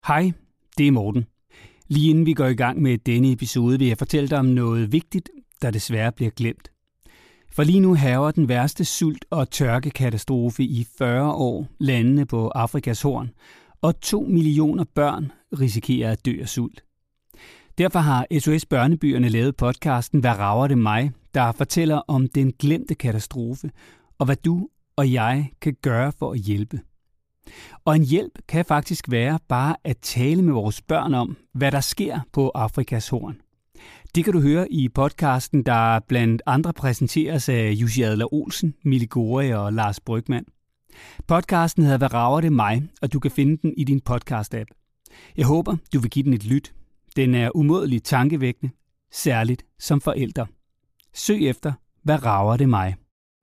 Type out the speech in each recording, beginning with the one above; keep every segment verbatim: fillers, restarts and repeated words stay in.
Hej, det er Morten. Lige inden vi går i gang med denne episode, vil jeg fortælle dig om noget vigtigt, der desværre bliver glemt. For lige nu hærger den værste sult- og tørkekatastrofe i fyrre år landene på Afrikas Horn, og to millioner børn risikerer at dø af sult. Derfor har S O S Børnebyerne lavet podcasten Hvad rager det mig?, der fortæller om den glemte katastrofe, og hvad du og jeg kan gøre for at hjælpe. Og en hjælp kan faktisk være bare at tale med vores børn om, hvad der sker på Afrikas Horn. Det kan du høre i podcasten, der blandt andre præsenteres af Jussi Adler-Olsen, Mille Gore og Lars Brygmann. Podcasten hedder Hvad rager det mig?, og du kan finde den i din podcast-app. Jeg håber, du vil give den et lyt. Den er umådeligt tankevækkende, særligt som forældre. Søg efter Hvad rager det mig?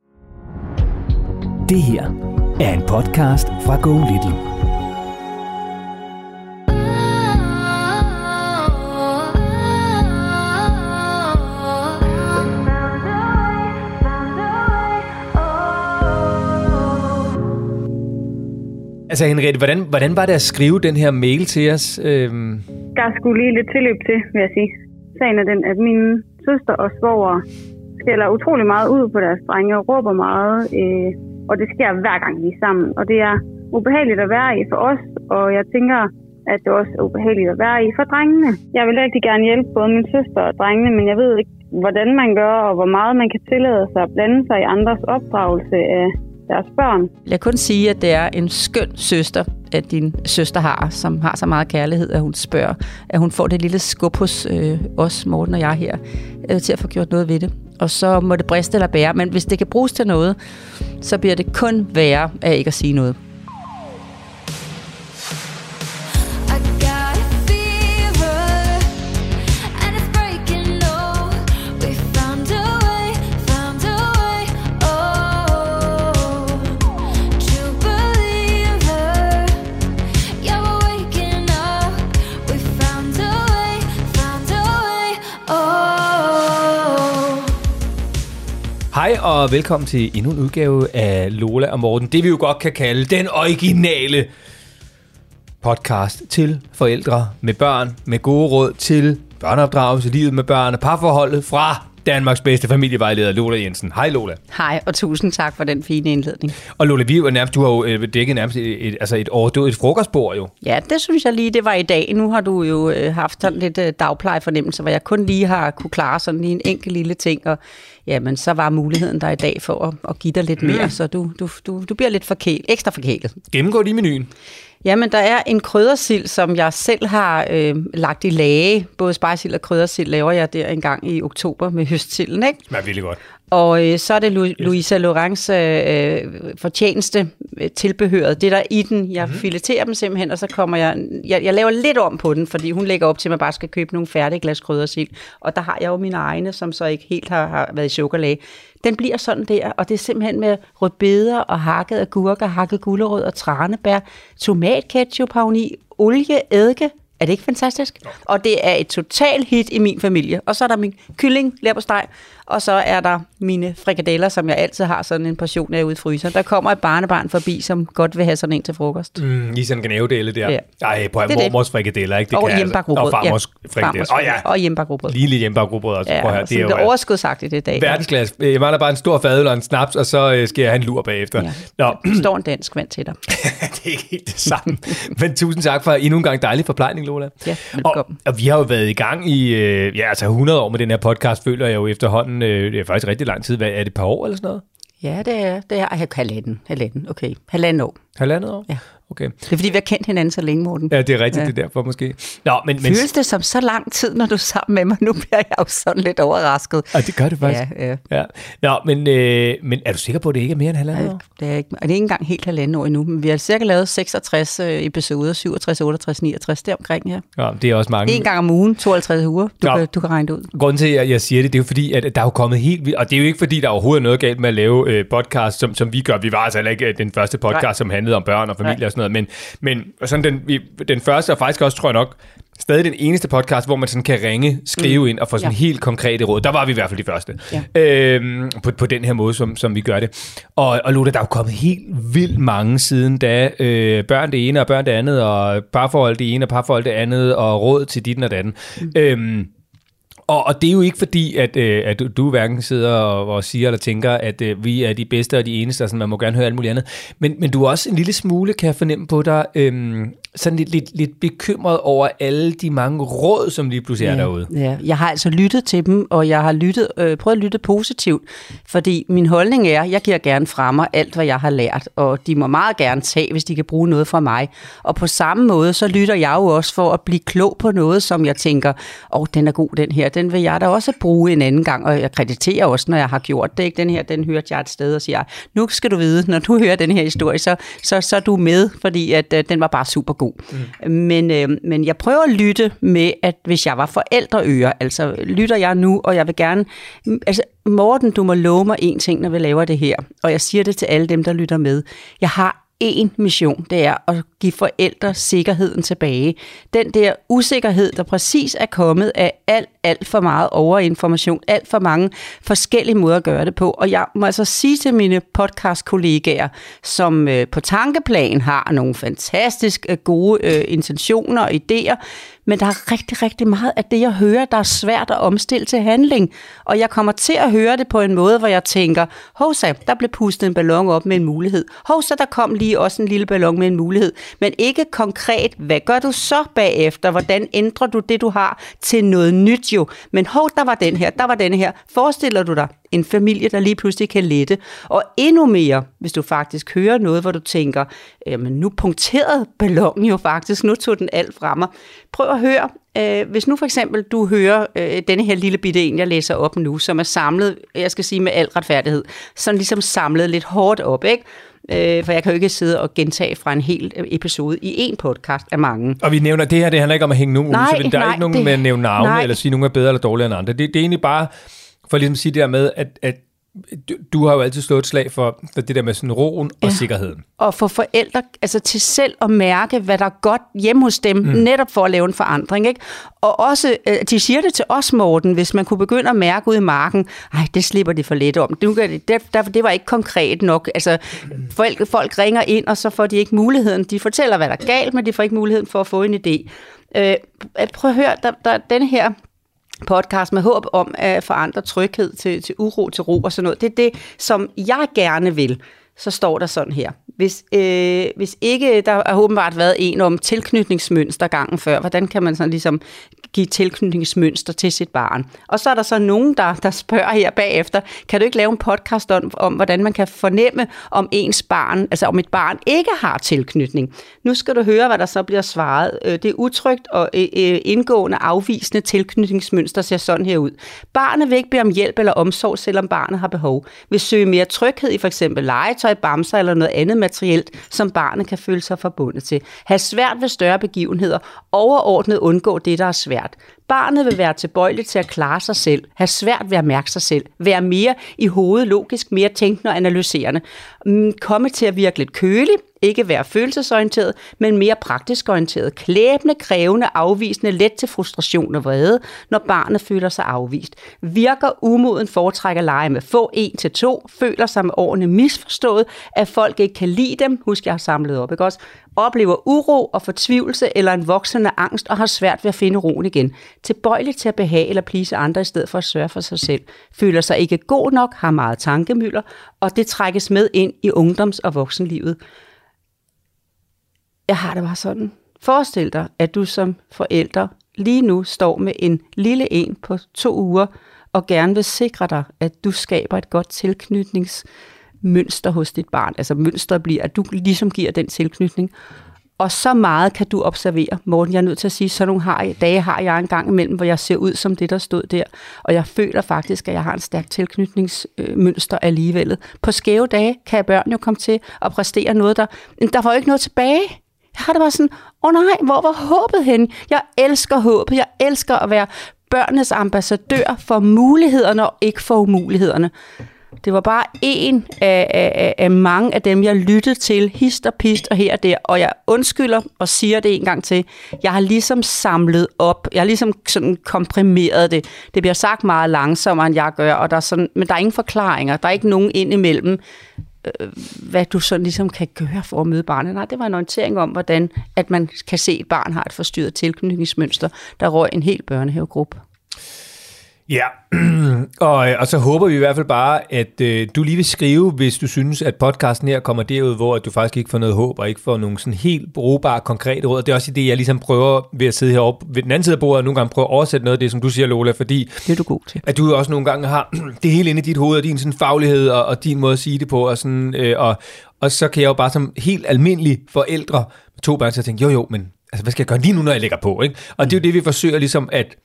Det her er en podcast fra Go Little. Altså Henriette, hvordan, hvordan var det at skrive den her mail til os? Øhm... Der skulle lige lidt tilløb til, vil jeg sige. Sagen er den, at min søster og svoger skælder utrolig meget ud på deres drenge og råber meget, øh, og det sker hver gang vi er sammen. Og det er ubehageligt at være i for os, og jeg tænker, at det også er ubehageligt at være i for drengene. Jeg vil rigtig gerne hjælpe både min søster og drengene, men jeg ved ikke, hvordan man gør, og hvor meget man kan tillade sig at blande sig i andres opdragelse af deres børn. Jeg kan kun sige, at det er en skøn søster, at din søster har, som har så meget kærlighed, at hun spørger, at hun får det lille skub hos øh, os, Morten og jeg her, øh, til at få gjort noget ved det. Og så må det briste eller bære, men hvis det kan bruges til noget, så bliver det kun værre af ikke at sige noget. Hej og velkommen til endnu en udgave af Lola og Morten. Det vi jo godt kan kalde den originale podcast til forældre med børn, med gode råd til børneopdragelse, livet med børn og parforholdet fra Danmarks bedste familievejleder Lola Jensen. Hej Lola. Hej og tusind tak for den fine indledning. Og Lola, vi er jo nærmest, du har jo dækket nærmest et, et, altså et overdådigt frokostbord jo. Ja, det synes jeg lige, det var i dag. Nu har du jo øh, haft sådan lidt øh, dagplejefornemmelse, hvor jeg kun lige har kunne klare sådan lige en enkelt lille ting, og jamen, så var muligheden der i dag for at, at give dig lidt mere, mm. så du, du, du, du bliver lidt forkælet, ekstra forkælet. Gennemgå lige menuen. Jamen, der er en kryddersild, som jeg selv har øh, lagt i lage. Både spejsild og kryddersild laver jeg der en gang i oktober med høstsilden, ikke? Smager virkelig godt. Og øh, så er det Lu- yes. Louisa Laurents øh, fortjeneste øh, tilbehøret. Det der i den, jeg mm-hmm. fileterer dem simpelthen, og så kommer jeg, jeg... Jeg laver lidt om på den, fordi hun lægger op til, at man bare skal købe nogle færdige glas kryddersild. Og der har jeg jo mine egne, som så ikke helt har, har været i sukkerlag. Den bliver sådan der, og det er simpelthen med rødbeder og hakket agurker, hakket gulerød og tranebær, tomatketchup, havni, olie, eddike. Er det ikke fantastisk? Jo. Og det er et total hit i min familie. Og så er der min kylling, leverpostej, og så er der mine frikadeller, som jeg altid har sådan en portion af ude i fryseren. Der kommer et barnebarn forbi, som godt vil have sådan en til frokost. Mm, lige sådan en ganævedele der. Ja. Ej, på mormors frikadeller, ikke? Det og kan hjemmebagt rugbrød. Og farmors ja. frikadeller. Oh, ja. Og hjemmebagt rugbrød. Lige lidt hjemmebagt rugbrød også. Ja, prøv her. Det er jo overskudsagtigt det i dag. Verdensklasse. Jeg mangler bare en stor fadøl og en snaps, og så skal jeg have en lur bagefter. Ja. Nå. Der står en dansk vand til dig. Det er ikke helt det samme. Men tusind tak for endnu en gang dejlig forplejning, Lola. Ja, velkommen. Og, og vi har jo været i gang i ja, altså hundrede år med den her podcast, føler jeg jo efterhånden. Det er faktisk rigtig lang tid. Hvad, er det et par år eller sådan noget? Ja, det er det. Er halvanden. Halvanden, okay. Halvanden år. Halvandet år? Ja. Okay. Det er fordi, vi har kendt hinanden så længe, Morten. Ja, det er rigtigt, ja. Det er derfor måske. Nå, men, men... Føles det som så lang tid, når du er sammen med mig? Nu bliver jeg jo sådan lidt overrasket. Ja, det gør det faktisk. Ja, ja. Ja. Nå, men, øh, men er du sikker på, at det ikke er mere end halvandet år? Det er ikke, og det er ikke engang helt halvandet år endnu, men vi har cirka lavet seksogtres episoder, syvogtres, otteogtres, niogtres, deromkring her. Ja, det er også mange. En gang om ugen, tooghalvtreds uger, du, kan, du kan regne det ud. Grunden til, at jeg siger det, det er jo fordi, at der er jo kommet helt vildt, og det er jo ikke fordi, der er overhovedet noget galt med at lave øh, podcast, som, som vi gør. Vi var altså heller ikke den første podcast, Nej. som handlede om børn og familie Nej. og sådan noget, men, men sådan den, vi, den første, og faktisk også, tror jeg nok, stadig den eneste podcast, hvor man sådan kan ringe, skrive mm. ind og få sådan ja. helt konkrete råd. Der var vi i hvert fald de første. Ja. Øhm, på, på den her måde, som, som vi gør det. Og, og Lola, der er jo kommet helt vildt mange siden da. Øh, børn det ene og børn det andet, og parforhold det ene og parforhold det andet, og råd til dit og det andet. Mm. Øhm, Og, og det er jo ikke fordi, at, øh, at du hverken sidder og, og siger eller tænker, at øh, vi er de bedste og de eneste, og sådan, man må gerne høre alt muligt andet. Men, men du er også en lille smule, kan jeg fornemme på dig, øh, sådan lidt, lidt, lidt bekymret over alle de mange råd, som lige pludselig er ja, derude. Ja. Jeg har altså lyttet til dem, og jeg har lyttet, øh, prøvet at lytte positivt, fordi min holdning er, at jeg giver gerne fra mig alt, hvad jeg har lært, og de må meget gerne tage, hvis de kan bruge noget fra mig. Og på samme måde, så lytter jeg jo også for at blive klog på noget, som jeg tænker, åh, oh, den er god, den her, den vil jeg da også bruge en anden gang, og jeg krediterer også, når jeg har gjort det. Ikke? Den her, den hørte jeg et sted og siger, nu skal du vide, når du hører den her historie, så, så, så er du med, fordi at, uh, den var bare super god. Mm. Men, øh, men jeg prøver at lytte med, at hvis jeg var forældreøre, altså lytter jeg nu, og jeg vil gerne, altså Morten, du må love mig en ting, når vi laver det her, og jeg siger det til alle dem, der lytter med. Jeg har en mission, det er at give forældre sikkerheden tilbage. Den der usikkerhed, der præcis er kommet af alt, alt for meget overinformation, alt for mange forskellige måder at gøre det på. Og jeg må altså sige til mine podcastkollegaer, som øh, på tankeplan har nogle fantastisk øh, gode øh, intentioner og idéer, men der er rigtig, rigtig meget af det, jeg hører, der er svært at omstille til handling. Og jeg kommer til at høre det på en måde, hvor jeg tænker, hovsa, der blev pustet en ballon op med en mulighed. Hovsa, der kom lige også en lille ballon med en mulighed. Men ikke konkret, hvad gør du så bagefter? Hvordan ændrer du det, du har, til noget nyt jo? Men hov, der var den her, der var den her. Forestiller du dig en familie, der lige pludselig kan lette? Og endnu mere, hvis du faktisk hører noget, hvor du tænker, jamen nu punkterede ballonen jo faktisk, nu tog den alt fra mig. Prøv at høre, øh, hvis nu for eksempel du hører øh, denne her lille bitte en, jeg læser op nu, som er samlet, jeg skal sige med al retfærdighed, som ligesom samlet lidt hårdt op, ikke? Øh, for jeg kan jo ikke sidde og gentage fra en hel episode i en podcast af mange. Og vi nævner, det her, det handler ikke om at hænge nogen ud, så der er nej, ikke nogen det, med at nævne navne, nej. eller sige, nogen er bedre eller dårligere end andre. Det, det er egentlig bare, for ligesom at sige det der med, at, at du, du har jo altid slået et slag for, for det der med sådan roen og ja. sikkerheden. Og for forældre altså til selv at mærke, hvad der er godt hjemme hos dem, mm. netop for at lave en forandring. Ikke? Og også, de siger det til os, Morten, hvis man kunne begynde at mærke ud i marken, ej, det slipper de for let om. Det, det, det var ikke konkret nok. Altså, folk, folk ringer ind, og så får de ikke muligheden. De fortæller, hvad der er galt, men de får ikke muligheden for at få en idé. Øh, prøv at høre, der, der, den her podcast med håb om at forandre tryghed til, til uro, til ro og sådan noget. Det er det, som jeg gerne vil. Så står der sådan her. Hvis, øh, hvis ikke, der har åbenbart været en om tilknytningsmønster gangen før, hvordan kan man sådan ligesom give tilknytningsmønster til sit barn? Og så er der så nogen, der, der spørger her bagefter, kan du ikke lave en podcast om, om, hvordan man kan fornemme, om ens barn, altså om et barn ikke har tilknytning? Nu skal du høre, hvad der så bliver svaret. Det er utrygt og indgående afvisende tilknytningsmønster ser sådan her ud. Barnet vil ikke bede om hjælp eller omsorg, selvom barnet har behov. Vil søge mere tryghed i for eksempel legetøj, bamser eller noget andet materielt, som barnet kan føle sig forbundet til. Have svært ved større begivenheder. Overordnet undgå det, der er svært. Barnet vil være tilbøjeligt til at klare sig selv. Have svært ved at mærke sig selv. Være mere i hovedet, logisk, mere tænkende og analyserende. Komme til at virke lidt kølig. Ikke være følelsesorienteret, men mere praktisk orienteret. Klæbende, krævende, afvisende, let til frustration og vrede, når barnet føler sig afvist. Virker umoden, foretrækker lege med få, en til to, føler sig med årene misforstået, at folk ikke kan lide dem. Husk, jeg har samlet op, ikke også? Oplever uro og fortvivlelse eller en voksende angst og har svært ved at finde roen igen. Tilbøjelig til at behage eller please andre i stedet for at sørge for sig selv. Føler sig ikke god nok, har meget tankemylder, og det trækkes med ind i ungdoms- og voksenlivet. Jeg har det bare sådan. Forestil dig, at du som forælder lige nu står med en lille en på to uger, og gerne vil sikre dig, at du skaber et godt tilknytningsmønster hos dit barn. Altså mønstret bliver, at du ligesom giver den tilknytning. Og så meget kan du observere. Morten, jeg er nødt til at sige, så nogle har, dage har jeg en gang imellem, hvor jeg ser ud som det, der stod der. Og jeg føler faktisk, at jeg har en stærk tilknytningsmønster alligevel. På skæve dage kan børn jo komme til at præstere noget, der... Der var jo ikke noget tilbage. Jeg har det bare sådan, åh oh nej, hvor var håbet henne? Jeg elsker håbet. Jeg elsker at være børnenes ambassadør for mulighederne og ikke for umulighederne. Det var bare en af, af, af mange af dem, jeg lyttede til, hist og pist og her og der, og jeg undskylder og siger det en gang til. Jeg har ligesom samlet op, jeg har ligesom sådan komprimeret det. Det bliver sagt meget langsommere, end jeg gør, og der er sådan, men der er ingen forklaringer, der er ikke nogen ind imellem, øh, hvad du sådan ligesom kan gøre for at møde barnet. Nej, det var en orientering om, hvordan at man kan se, at et barn har et forstyrret tilknytningsmønster, der røg en hel børnehavegruppe. Ja, og, og så håber vi i hvert fald bare, at øh, du lige vil skrive, hvis du synes, at podcasten her kommer derud, hvor at du faktisk ikke får noget håb, og ikke får nogle sådan helt brugbare, konkrete råd. Det er også det, jeg ligesom prøver ved at sidde heroppe ved den anden side af bordet, og nogle gange prøve at oversætte noget af det, som du siger, Lola, fordi det er du god til. At du også nogle gange har det hele inde i dit hoved, og din sådan faglighed, og, og din måde at sige det på, og, sådan, øh, og, og så kan jeg jo bare som helt almindelig forældre med to børn, så tænke, jo jo, men altså, hvad skal jeg gøre lige nu, når jeg lægger på? Ikke? Og det er jo det, vi forsøger ligesom at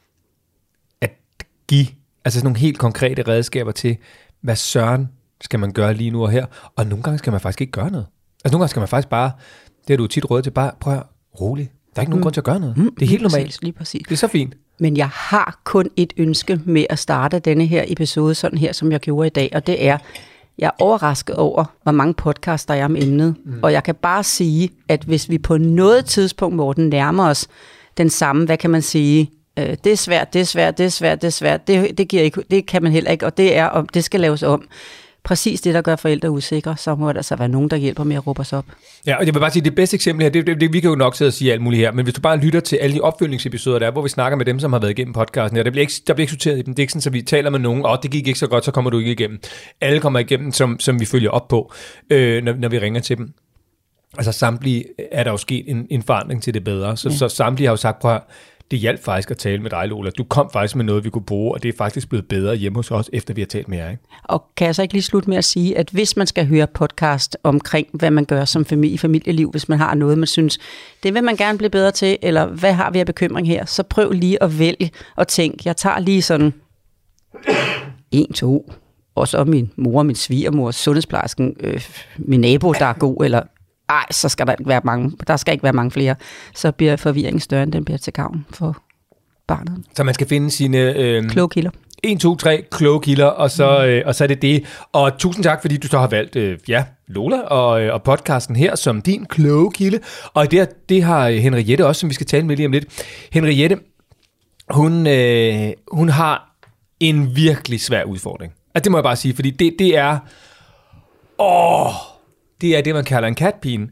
give altså sådan nogle helt konkrete redskaber til, hvad søren skal man gøre lige nu og her. Og nogle gange skal man faktisk ikke gøre noget. Altså nogle gange skal man faktisk bare, det er du tit råd til, bare prøv at roligt. Der er ikke nogen mm. grund til at gøre noget. Mm, det er helt normalt. Præcis, lige præcis. Det er så fint. Men jeg har kun et ønske med at starte denne her episode, sådan her, som jeg gjorde i dag, og det er, jeg er overrasket over, hvor mange podcasts der er om emnet. Mm. Og jeg kan bare sige, at hvis vi på noget tidspunkt, hvor den nærmer os den samme, hvad kan man sige, det er svært, det er svært, det er svært, det er svært, det, det, giver ikke, det kan man heller ikke, og det er, om det skal laves om. Præcis det, der gør forældre usikre, så må der så være nogen, der hjælper med at råbe os op. Ja, og jeg vil bare sige, det bedste eksempel her, det, det, det, vi kan jo nok sidde og sige alt muligt her, men hvis du bare lytter til alle de opfølgningsepisoder, der er, hvor vi snakker med dem, som har været igennem podcasten her, der bliver ikke, der bliver ikke sorteret i dem, det er ikke sådan, så vi taler med nogen, og det gik ikke så godt, så kommer du ikke igennem. Alle kommer igennem, som, som vi følger op på, øh, når, når vi ringer til dem. Altså samtlige er der jo sket en, en forandring til det bedre, så, ja. så samtlige har jo sagt, prøv at det hjalp faktisk at tale med dig, Lola. Du kom faktisk med noget, vi kunne bruge, og det er faktisk blevet bedre hjemme hos os, efter vi har talt med jer. Ikke? Og kan jeg så ikke lige slutte med at sige, at hvis man skal høre podcast omkring, hvad man gør som familie i familieliv, hvis man har noget, man synes, det vil man gerne blive bedre til, eller hvad har vi af bekymring her, så prøv lige at vælge og tænk, jeg tager lige sådan en, to, også om min mor, min svigermor, sundhedsplejersken, øh, min nabo, der er god, eller ej, så skal der ikke være mange, der skal ikke være mange flere, så bliver forvirringen større, end den bliver til gavn for barnet. Så man skal finde sine øh, kloge kilder. en, to, tre kloge kilder, og så, mm. øh, og så er det det. Og tusind tak, fordi du så har valgt øh, ja, Lola og, øh, og podcasten her som din kloge kilde. Og det, det har Henriette også, som vi skal tale med lige om lidt. Henriette, hun, øh, hun har en virkelig svær udfordring. Altså, det må jeg bare sige, fordi det, det er... Åh... Det er det, man kalder en katpine.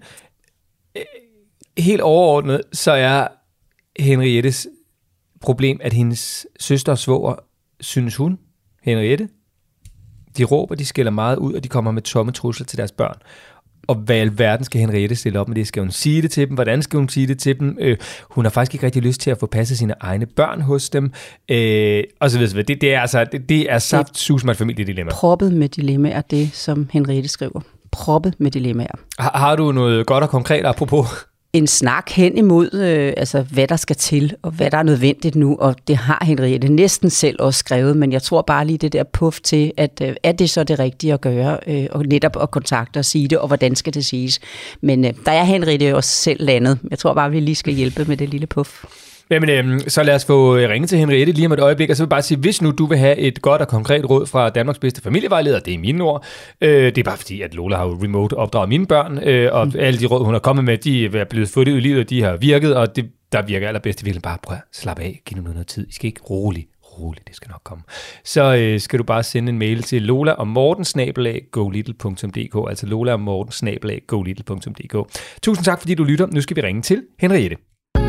Helt overordnet, så er Henriettes problem, at hendes søster og svoger, synes hun, Henriette, de råber, de skælder meget ud, og de kommer med tomme trusler til deres børn. Og hvad i alverden skal Henriette stille op med det? Skal hun sige det til dem? Hvordan skal hun sige det til dem? Øh, hun har faktisk ikke rigtig lyst til at få passet sine egne børn hos dem. Øh, og så videre. Det, det er altså, det, det er saft sus med et familiedilemma. Proppet med dilemmaer, det som Henriette skriver. Proppet med dilemmaer. Har, har du noget godt og konkret apropos? En snak hen imod, øh, altså hvad der skal til, og hvad der er nødvendigt nu, og det har Henriette næsten selv også skrevet, men jeg tror bare lige det der puff til, at øh, er det så det rigtige at gøre, øh, og netop at kontakte og sige det, og hvordan skal det siges. Men øh, der er Henriette også selv landet. Jeg tror bare, vi lige skal hjælpe med det lille puff. Jamen, øhm, så lad os få ringe til Henriette lige om et øjeblik, og så vil jeg bare sige, hvis nu du vil have et godt og konkret råd fra Danmarks bedste familievejleder, det er mine ord, øh, det er bare fordi, at Lola har jo remote opdraget mine børn, øh, og mm. alle de råd, hun har kommet med, de er blevet fået ud i livet, og de har virket, og det, der virker allerbedst, virkelig bare prøv at slappe af, giv nu noget tid, I skal ikke roligt, roligt, det skal nok komme. Så øh, skal du bare sende en mail til lola og morten snabel-a go little punktum d k, altså lola og morten snabel-a go little punktum d k. Tusind tak, fordi du lytter. Nu skal vi ringe til Henriette.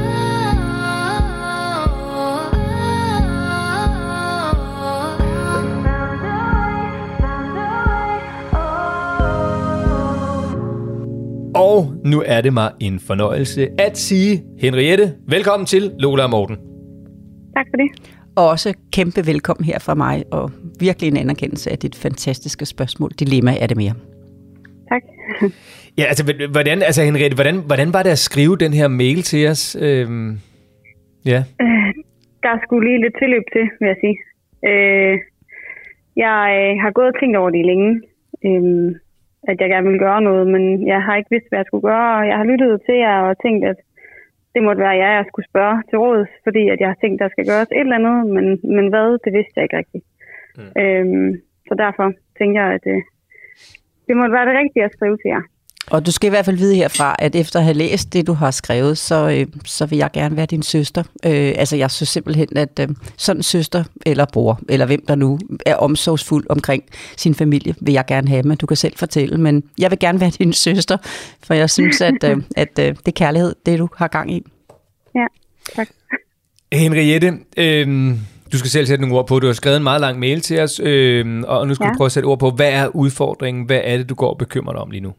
Og nu er det mig en fornøjelse at sige, Henriette, velkommen til Lola og Morten. Tak for det. Og også kæmpe velkommen her fra mig, og virkelig en anerkendelse af dit fantastiske spørgsmål. Dilemma er det mere. Tak. Ja, altså, hvordan, altså Henriette, hvordan, hvordan var det at skrive den her mail til os? Øhm, ja. Øh, der skulle lige lidt tilløb til, vil jeg sige. Øh, jeg har gået og tænkt over det længe. Øh, at jeg gerne ville gøre noget, men jeg har ikke vidst, hvad jeg skulle gøre, og jeg har lyttet til jer og tænkt, at det måtte være jer, jeg skulle spørge til råds, fordi at jeg har tænkt, at der skal gøres et eller andet, men, men hvad, det vidste jeg ikke rigtigt. Mm. Øhm, så derfor tænker jeg, at øh, det må være det rigtige at skrive til jer. Og du skal i hvert fald vide herfra, at efter at have læst det, du har skrevet, så, øh, så vil jeg gerne være din søster. Øh, altså, jeg synes simpelthen, at øh, sådan en søster eller bror, eller hvem der nu er omsorgsfuld omkring sin familie, vil jeg gerne have, men du kan selv fortælle. Men jeg vil gerne være din søster, for jeg synes, at, øh, at øh, det er kærlighed, det du har gang i. Ja, tak. Henriette, øh, du skal selv sætte nogle ord på. Du har skrevet en meget lang mail til os, øh, og nu skal ja. du prøve at sætte ord på, hvad er udfordringen? Hvad er det, du går og bekymrer dig om lige nu?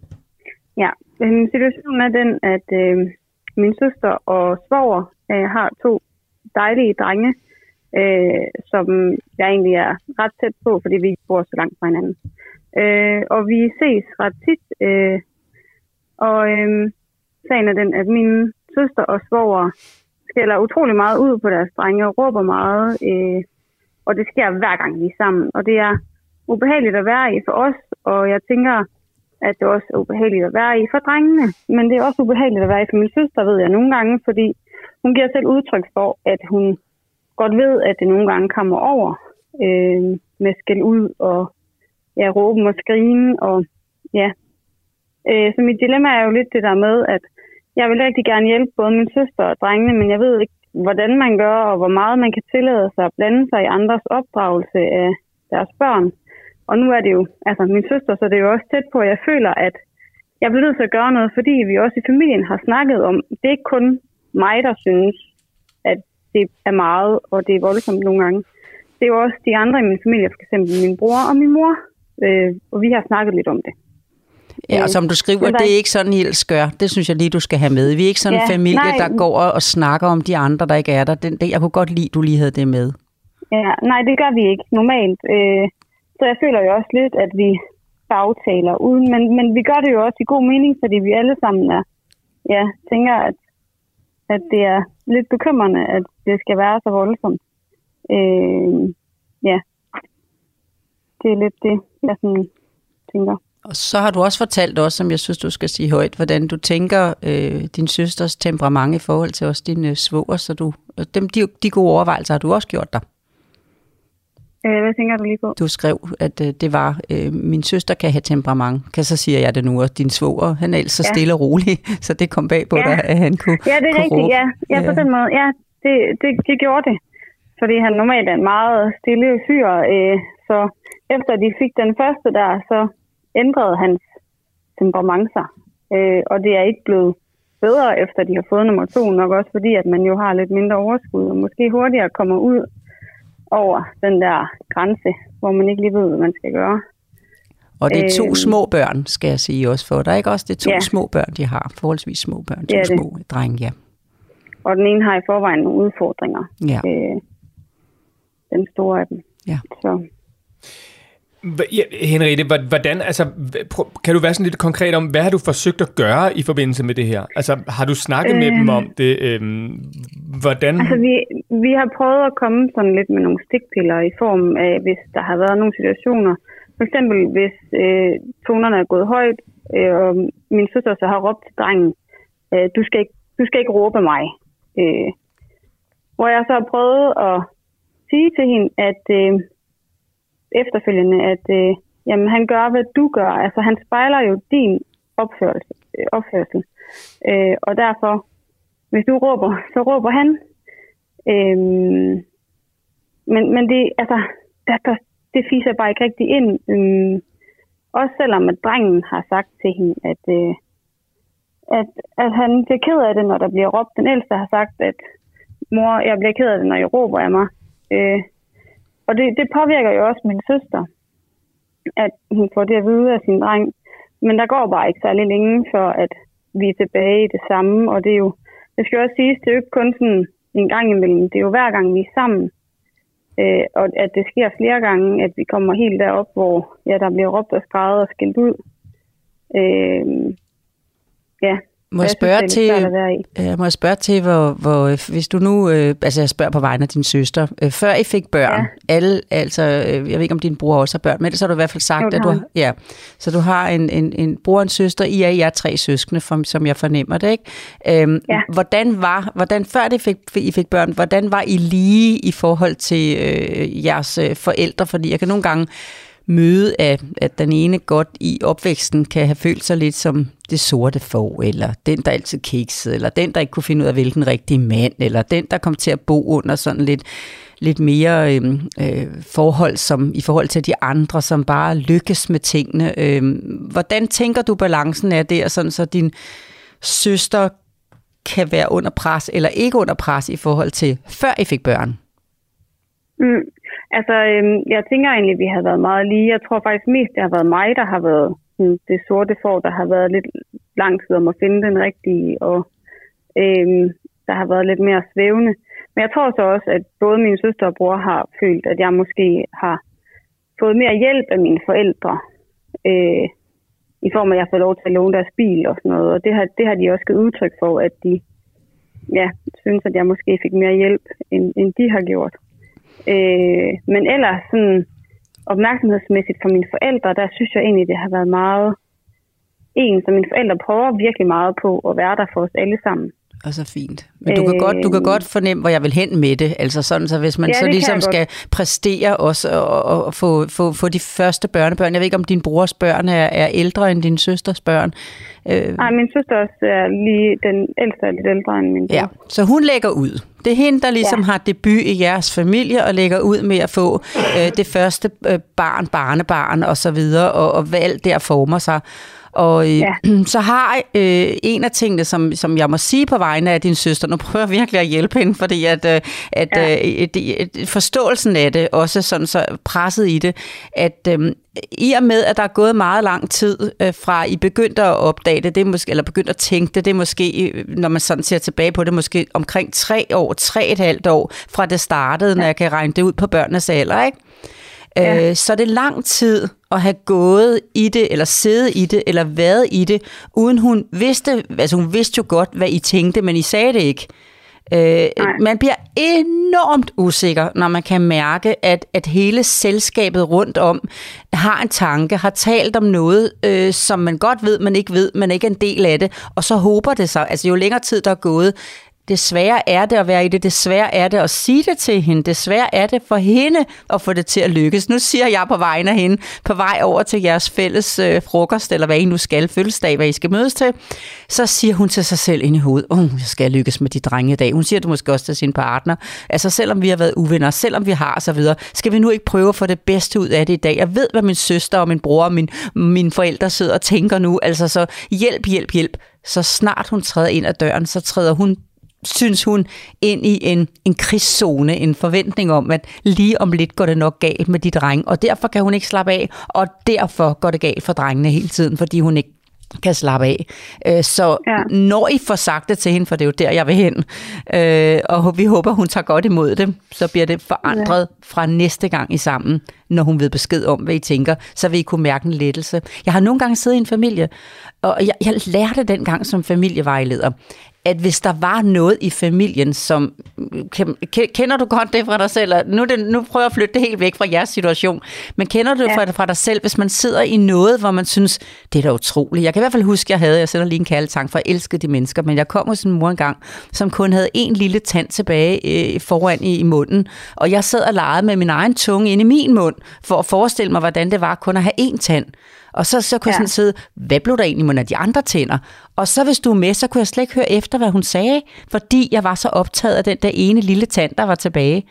Ja, situationen er den, at øh, min søster og svoger øh, har to dejlige drenge, øh, som jeg egentlig er ret tæt på, fordi vi bor så langt fra hinanden. Øh, og vi ses ret tit, øh, og øh, sagen er den, at min søster og svoger skælder utrolig meget ud på deres drenge og råber meget, øh, og det sker hver gang vi er sammen. Og det er ubehageligt at være i for os, og jeg tænker, at det også er ubehageligt at være i for drengene. Men det er også ubehageligt at være i for min søster, ved jeg nogle gange, fordi hun giver selv udtryk for, at hun godt ved, at det nogle gange kommer over øh, med skæld ud og ja, råben og skrigen. Og, ja. øh, så mit dilemma er jo lidt det der med, at jeg vil rigtig gerne hjælpe både min søster og drengene, men jeg ved ikke, hvordan man gør, og hvor meget man kan tillade sig at blande sig i andres opdragelse af deres børn. Og nu er det jo, altså min søster, så det er jo også tæt på, at jeg føler, at jeg bliver nødt til at gøre noget, fordi vi også i familien har snakket om, det er ikke kun mig, der synes, at det er meget, og det er voldsomt nogle gange. Det er jo også de andre i min familie, for eksempel min bror og min mor, øh, og vi har snakket lidt om det. Ja, og som du skriver, det er ikke sådan helt skør. Det synes jeg lige, du skal have med. Vi er ikke sådan en ja, familie, nej, der går og snakker om de andre, der ikke er der. Det, det, jeg kunne godt lide, du lige havde det med. Ja, nej, det gør vi ikke normalt. Øh, Så jeg føler jo også lidt, at vi bagtaler uden, men, men vi gør det jo også i god mening, fordi vi alle sammen er, ja, tænker, at, at det er lidt bekymrende, at det skal være så voldsomt. Øh, ja, det er lidt det, jeg sådan tænker. Og så har du også fortalt os, som jeg synes, du skal sige højt, hvordan du tænker øh, din søsters temperament i forhold til også dine svoger, så du, dem, de, de gode overvejelser har du også gjort dig. Hvad tænker du lige på? Du skrev, at øh, det var, øh, min søster kan have temperament. Kan så siger jeg det nu, og din svoger, han er ellers så ja. stille og rolig, så det kom bag på ja. dig, at han kunne Ja, det er rigtigt, ja. ja. på den måde. Ja, det, det, det gjorde det. Fordi han normalt er en meget stille fyr, øh, så efter de fik den første der, så ændrede hans temperament sig. Øh, og det er ikke blevet bedre, efter de har fået nummer to, nok også fordi, at man jo har lidt mindre overskud, og måske hurtigere kommer ud over den der grænse, hvor man ikke lige ved, hvad man skal gøre. Og det er to øh, små børn, skal jeg sige også for dig, ikke også? Det er to ja. små børn, de har. Forholdsvis små børn, to små drenge, ja. Og den ene har i forvejen nogle udfordringer. Ja. Øh, den store af dem. Ja. Så. Ja, Henriette, hvordan, altså, kan du være sådan lidt konkret om, hvad har du forsøgt at gøre i forbindelse med det her? Altså, har du snakket øh, med dem om det? Øh, hvordan? Altså, vi, vi har prøvet at komme sådan lidt med nogle stikpiller i form af, hvis der har været nogle situationer. For eksempel, hvis øh, tonerne er gået højt, øh, og min søster så har råbt til drengen, øh, du, skal ikke, du skal ikke råbe mig. Øh, hvor jeg så har prøvet at sige til hende, at øh, efterfølgende, at øh, jamen, han gør, hvad du gør. Altså, han spejler jo din opførsel. Øh, opførsel. Øh, og derfor, hvis du råber, så råber han. Øh, men, men det, altså, der, der, det fiser bare ikke rigtig ind. Øh, også selvom, at drengen har sagt til hende, at, øh, at, at han bliver ked af det, når der bliver råbt. Den ældste har sagt, at mor, jeg bliver ked af det, når I råber af mig. Øh, Og det, det påvirker jo også min søster, at hun får det at vide af sin dreng. Men der går bare ikke særlig længe, før at vi er tilbage i det samme. Og det er jo, det skal jo også siges, det er jo ikke kun sådan en gang imellem. Det er jo hver gang, vi er sammen. Øh, og at det sker flere gange, at vi kommer helt derop, hvor ja, der bliver råbt og skreget og skilt ud. Øh, ja. Må jeg spørge til, jeg må jeg spørge til hvor, hvor, hvis du nu, øh, altså jeg spørger på vegne af din søster, øh, før I fik børn, ja. alle, altså, øh, jeg ved ikke om din bror også har børn, men så har du i hvert fald sagt, jo, at du har, ja, så du har en, en, en bror og en søster, I er, I er tre søskende, for, som jeg fornemmer det, ikke? Øhm, ja. Hvordan var, hvordan, før det fik, I fik børn, hvordan var I lige i forhold til øh, jeres øh, forældre? Fordi jeg kan nogle gange møde, at, at den ene godt i opvæksten kan have følt sig lidt som det sorte får, eller den, der altid kiksede, eller den, der ikke kunne finde ud af, hvilken rigtig mand, eller den, der kom til at bo under sådan lidt, lidt mere øh, øh, forhold som, i forhold til de andre, som bare lykkes med tingene. Øh, hvordan tænker du, balancen er der, sådan så din søster kan være under pres, eller ikke under pres i forhold til, før I fik børn? Mm. Altså, øhm, jeg tænker egentlig, at vi har været meget lige. Jeg tror faktisk mest, det har været mig, der har været sådan, det sorte får, der har været lidt lang tid om at finde den rigtige, og øhm, der har været lidt mere svævende. Men jeg tror så også, at både min søster og bror har følt, at jeg måske har fået mere hjælp af mine forældre, øh, i form af, at jeg får lov til at låne deres bil og sådan noget. Og det har, det har de også givet udtryk for, at de ja, synes, at jeg måske fik mere hjælp, end, end de har gjort. Øh, men ellers sådan opmærksomhedsmæssigt for mine forældre, der synes jeg egentlig, det har været meget en, som mine forældre prøver virkelig meget på at være der for os alle sammen. Og så fint. Men du kan, øh, godt, du kan godt fornemme, hvor jeg vil hen med det. Altså sådan, så hvis man ja, så ligesom skal præstere også og, og, og få, få, få de første børnebørn. Jeg ved ikke, om din brors børn er, er ældre end din søsters børn. Øh, Nej, min søster er lige den ældste er lidt ældre end min bror. Ja, så hun lægger ud. Det er hende, der ligesom ja. har debut i jeres familie og lægger ud med at få øh, det første øh, barn, barnebarn og så videre, og, og hvad alt der former sig. Og øh, ja. så har øh, en af tingene, som, som jeg må sige på vegne af din søster, nu prøver jeg virkelig at hjælpe hende, fordi at, øh, at ja. øh, et, et, forståelsen af det, også sådan så presset i det, at øh, i og med, at der er gået meget lang tid øh, fra I begyndte at opdage det, det er måske, eller begyndte at tænke det, det er måske, når man sådan ser tilbage på det, måske omkring tre år, tre et halvt år fra det startede, ja. når jeg kan regne det ud på børnenes alder, ikke? Ja. Øh, så det er lang tid at have gået i det, eller siddet i det, eller været i det, uden hun vidste, altså hun vidste jo godt, hvad I tænkte, men I sagde det ikke. Øh, man bliver enormt usikker, når man kan mærke, at, at hele selskabet rundt om har en tanke, har talt om noget, øh, som man godt ved, man ikke ved, man ikke er en del af det, og så håber det sig, altså jo længere tid der er gået, desværre er det at være i det, desværre er det at sige det til hende, desværre er det for hende at få det til at lykkes. Nu siger jeg på vegne af hende, på vej over til jeres fælles øh, frokost, eller hvad I nu skal, fødselsdag, hvad I skal mødes til, så siger hun til sig selv ind i hovedet, åh, oh, jeg skal lykkes med de drenge i dag. Hun siger det måske også til sin partner. Altså selvom vi har været uvenner, selvom vi har og så videre, skal vi nu ikke prøve at få det bedste ud af det i dag. Jeg ved, hvad min søster og min bror og min, mine forældre sidder og tænker nu. Altså så hjælp, hjælp, hjælp. Så snart hun træder ind ad døren, så træder hun synes hun ind i en, en krigszone, en forventning om, at lige om lidt går det nok galt med de drenge, og derfor kan hun ikke slappe af, og derfor går det galt for drengene hele tiden, fordi hun ikke kan slappe af. Så ja. når I får sagt det til hende, for det er jo der, jeg vil hen, og vi håber, hun tager godt imod det, så bliver det forandret ja. fra næste gang I sammen, når hun ved besked om, hvad I tænker, så vil I kunne mærke en lettelse. Jeg har nogle gange siddet i en familie, og jeg, jeg lærte dengang som familievejleder, at hvis der var noget i familien, som... Kender du godt det fra dig selv? Nu, det, nu prøver jeg at flytte det helt væk fra jeres situation. Men kender du det ja. fra, fra dig selv, hvis man sidder i noget, hvor man synes, det er da utroligt. Jeg kan i hvert fald huske, jeg havde, jeg sender lige en kaldetang, for jeg elskede de mennesker, men jeg kom hos en mor engang, som kun havde en lille tand tilbage øh, foran i, i munden. Og jeg sad og legede med min egen tunge inde i min mund, for at forestille mig, hvordan det var kun at have én tand. Og så, så kunne jeg ja. sådan sidde, hvad blev der egentlig med de andre tænder? Og så hvis du er med, så kunne jeg slet ikke høre efter, hvad hun sagde, fordi jeg var så optaget af den der ene lille tand, der var tilbage.